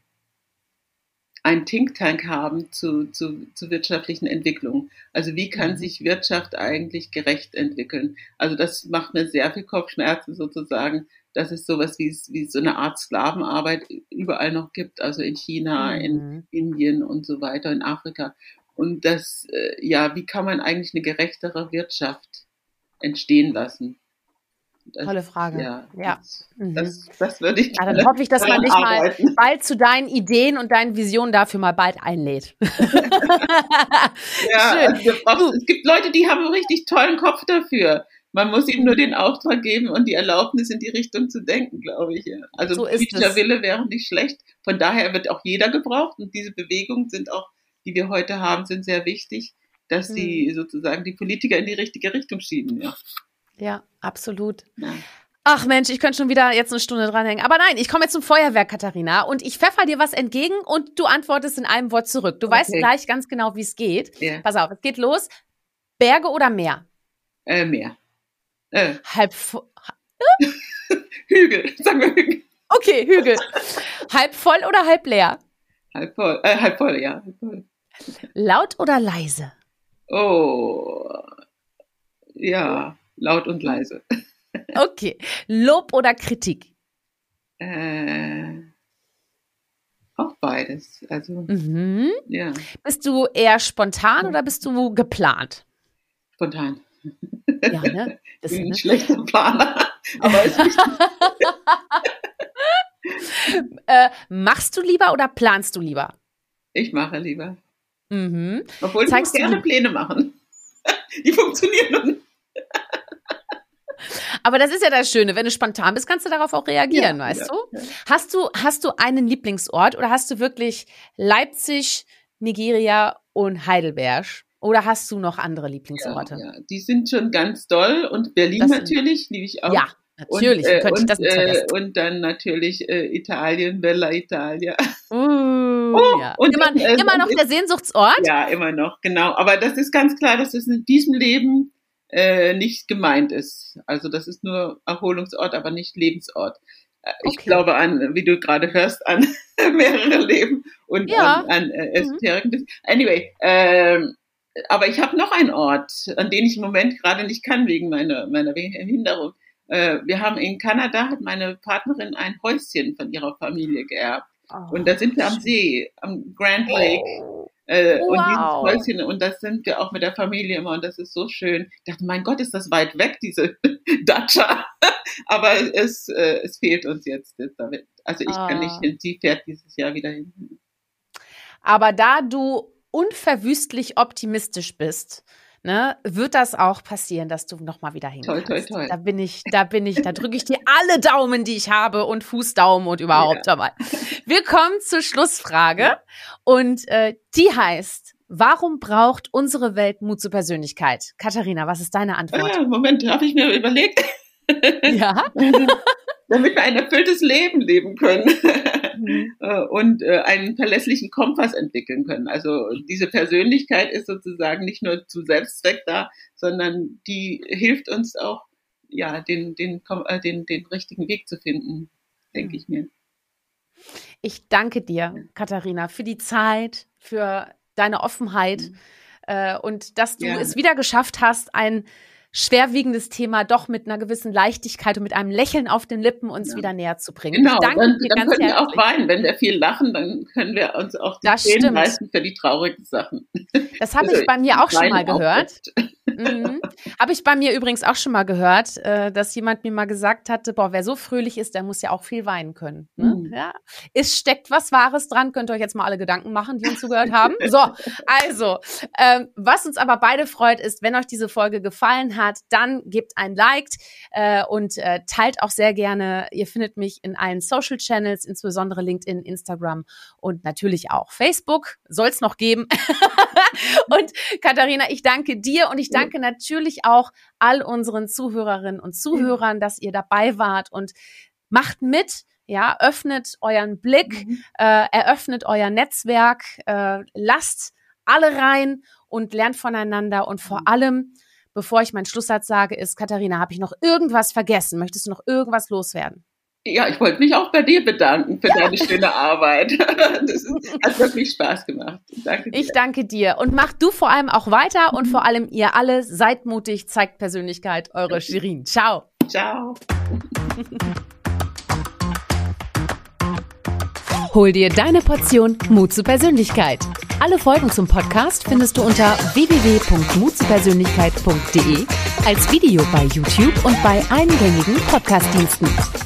einen Think Tank haben zu, zu, zu wirtschaftlichen Entwicklungen. Also wie kann Mhm. sich Wirtschaft eigentlich gerecht entwickeln? Also das macht mir sehr viel Kopfschmerzen sozusagen, dass es sowas wie, wie so eine Art Sklavenarbeit überall noch gibt, also in China, Mhm. in Indien und so weiter, in Afrika. Und das, äh, ja, wie kann man eigentlich eine gerechtere Wirtschaft entstehen lassen? Das, Tolle Frage. Ja, Ja. Das, Mhm. das, das würde ich Ja, dann hoffe ich, dass man daran dich mal arbeiten. bald zu deinen Ideen und deinen Visionen dafür mal bald einlädt. Ja, Schön. also wir brauchen, es gibt Leute, die haben einen richtig tollen Kopf dafür. Man muss ihnen nur den Auftrag geben und die Erlaubnis, in die Richtung zu denken, glaube ich. Ja. Also So ist politischer es. Wille wäre nicht schlecht. Von daher wird auch jeder gebraucht und diese Bewegungen sind auch, die wir heute haben, sind sehr wichtig, dass Mhm. sie sozusagen die Politiker in die richtige Richtung schieben. Ja. Ja, absolut. Ja. Ach Mensch, ich könnte schon wieder jetzt eine Stunde dranhängen. Aber nein, ich komme jetzt zum Feuerwerk, Katharina, und ich pfeffer dir was entgegen und du antwortest in einem Wort zurück. Du Okay. weißt gleich ganz genau, wie es geht. Ja. Pass auf, es geht los. Berge oder Meer? Äh, mehr. Äh, Halb, vo- Hügel, sagen wir Hügel. okay, Hügel. Halb voll oder halb leer? Halb voll, äh, halb voll, ja. Halb voll. Laut oder leise? Oh, ja, laut und leise. Okay. Lob oder Kritik? Äh, auch beides. Also, Mhm. ja, Bist du eher spontan oder bist du geplant? spontan. Ja, ne? Das, Ich bin ein ne? schlechter Planer. Aber es ist Äh, machst du lieber oder planst du lieber? ich mache lieber. Mhm. Obwohl ich Zeigst auch du gerne die- Pläne machen. Die funktionieren noch nicht. Aber das ist ja das Schöne, wenn du spontan bist, kannst du darauf auch reagieren, Ja, weißt ja, du? ja. Hast du? Hast du einen Lieblingsort oder hast du wirklich Leipzig, Nigeria und Heidelberg? Oder hast du noch andere Lieblingsorte? Ja, ja, die sind schon ganz doll. Und Berlin Das sind- natürlich, liebe ich auch. Ja, natürlich. Und, Wie äh, könnte ich und, das nicht äh, vergessen? und dann natürlich äh, Italien, Bella Italia. Uh, Oh, ja. und Immer, dann, äh, immer dann noch ist- der Sehnsuchtsort? Ja, immer noch, genau. Aber das ist ganz klar, dass es in diesem Leben äh, nicht gemeint ist. Also das ist nur Erholungsort, aber nicht Lebensort. Ich Okay. glaube an, wie du gerade hörst, an mehrere Leben und Ja. an, an äh, Esoterik. Anyway, ähm, aber ich habe noch einen Ort, an den ich im Moment gerade nicht kann wegen meiner, meiner Behinderung. Äh, wir haben in Kanada, hat meine Partnerin ein Häuschen von ihrer Familie geerbt. Oh, Und da sind wir am schön. See, am Grand Lake. Oh. Äh, Und dieses Wow. Häuschen, und das sind wir auch mit der Familie immer, und das ist so schön. Ich dachte, mein Gott, ist das weit weg, diese Datscha. Aber es, äh, es fehlt uns jetzt. Also ich kann nicht Ah. hin, sie fährt dieses Jahr wieder hin. Aber da du unverwüstlich optimistisch bist, ne, wird das auch passieren, dass du nochmal wieder hin Toi, toi, kannst. toi. Da bin ich, da bin ich, da drücke ich dir alle Daumen, die ich habe und Fußdaumen und überhaupt dabei. Wir kommen zur Schlussfrage und äh, die heißt, warum braucht unsere Welt Mut zur Persönlichkeit? Katharina, was ist deine Antwort? Ah, Moment, habe ich mir überlegt. Ja. Damit wir ein erfülltes Leben leben können Mhm. äh, und äh, einen verlässlichen Kompass entwickeln können. Also diese Persönlichkeit ist sozusagen nicht nur zu Selbstzweck da, sondern die hilft uns auch, ja, den, den, Kom- äh, den, den richtigen Weg zu finden, denke Mhm. ich mir. Ich danke dir, Katharina, für die Zeit, für deine Offenheit Mhm. äh, und dass du Gerne. es wieder geschafft hast, ein schwerwiegendes Thema doch mit einer gewissen Leichtigkeit und mit einem Lächeln auf den Lippen uns Ja. wieder näher zu bringen. Genau, ich danke dann, dir dann ganz können wir auch herzlich. weinen. Wenn wir viel lachen, dann können wir uns auch die Das Tränen stimmt. leisten für die traurigen Sachen. Das habe Also, ich bei mir auch schon mal weine auch gehört. oft. Mhm. Habe ich bei mir übrigens auch schon mal gehört, äh, dass jemand mir mal gesagt hatte, boah, wer so fröhlich ist, der muss ja auch viel weinen können. Ne? Mhm. Ja. Es steckt was Wahres dran, könnt ihr euch jetzt mal alle Gedanken machen, die uns zugehört haben. So, also, ähm, was uns aber beide freut, ist, wenn euch diese Folge gefallen hat, dann gebt ein Like äh, und äh, teilt auch sehr gerne. Ihr findet mich in allen Social Channels, insbesondere LinkedIn, Instagram und natürlich auch Facebook. Soll es noch geben. Und Katharina, ich danke dir und ich danke natürlich auch all unseren Zuhörerinnen und Zuhörern, dass ihr dabei wart und macht mit, ja, öffnet euren Blick, Mhm. äh, eröffnet euer Netzwerk, äh, lasst alle rein und lernt voneinander und vor Mhm. allem, bevor ich meinen Schlusssatz sage, ist, Katharina, habe ich noch irgendwas vergessen? Möchtest du noch irgendwas loswerden? Ja, ich wollte mich auch bei dir bedanken für deine schöne Arbeit. Das ist, hat wirklich Spaß gemacht. Danke dir. Ich danke dir und mach du vor allem auch weiter und vor allem ihr alle seid mutig, zeigt Persönlichkeit, eure Shirin. Ciao. Ciao. Hol dir deine Portion Mut zur Persönlichkeit. Alle Folgen zum Podcast findest du unter w w w punkt mut zur persönlichkeit punkt d e, als Video bei YouTube und bei allen gängigen Podcast-Diensten.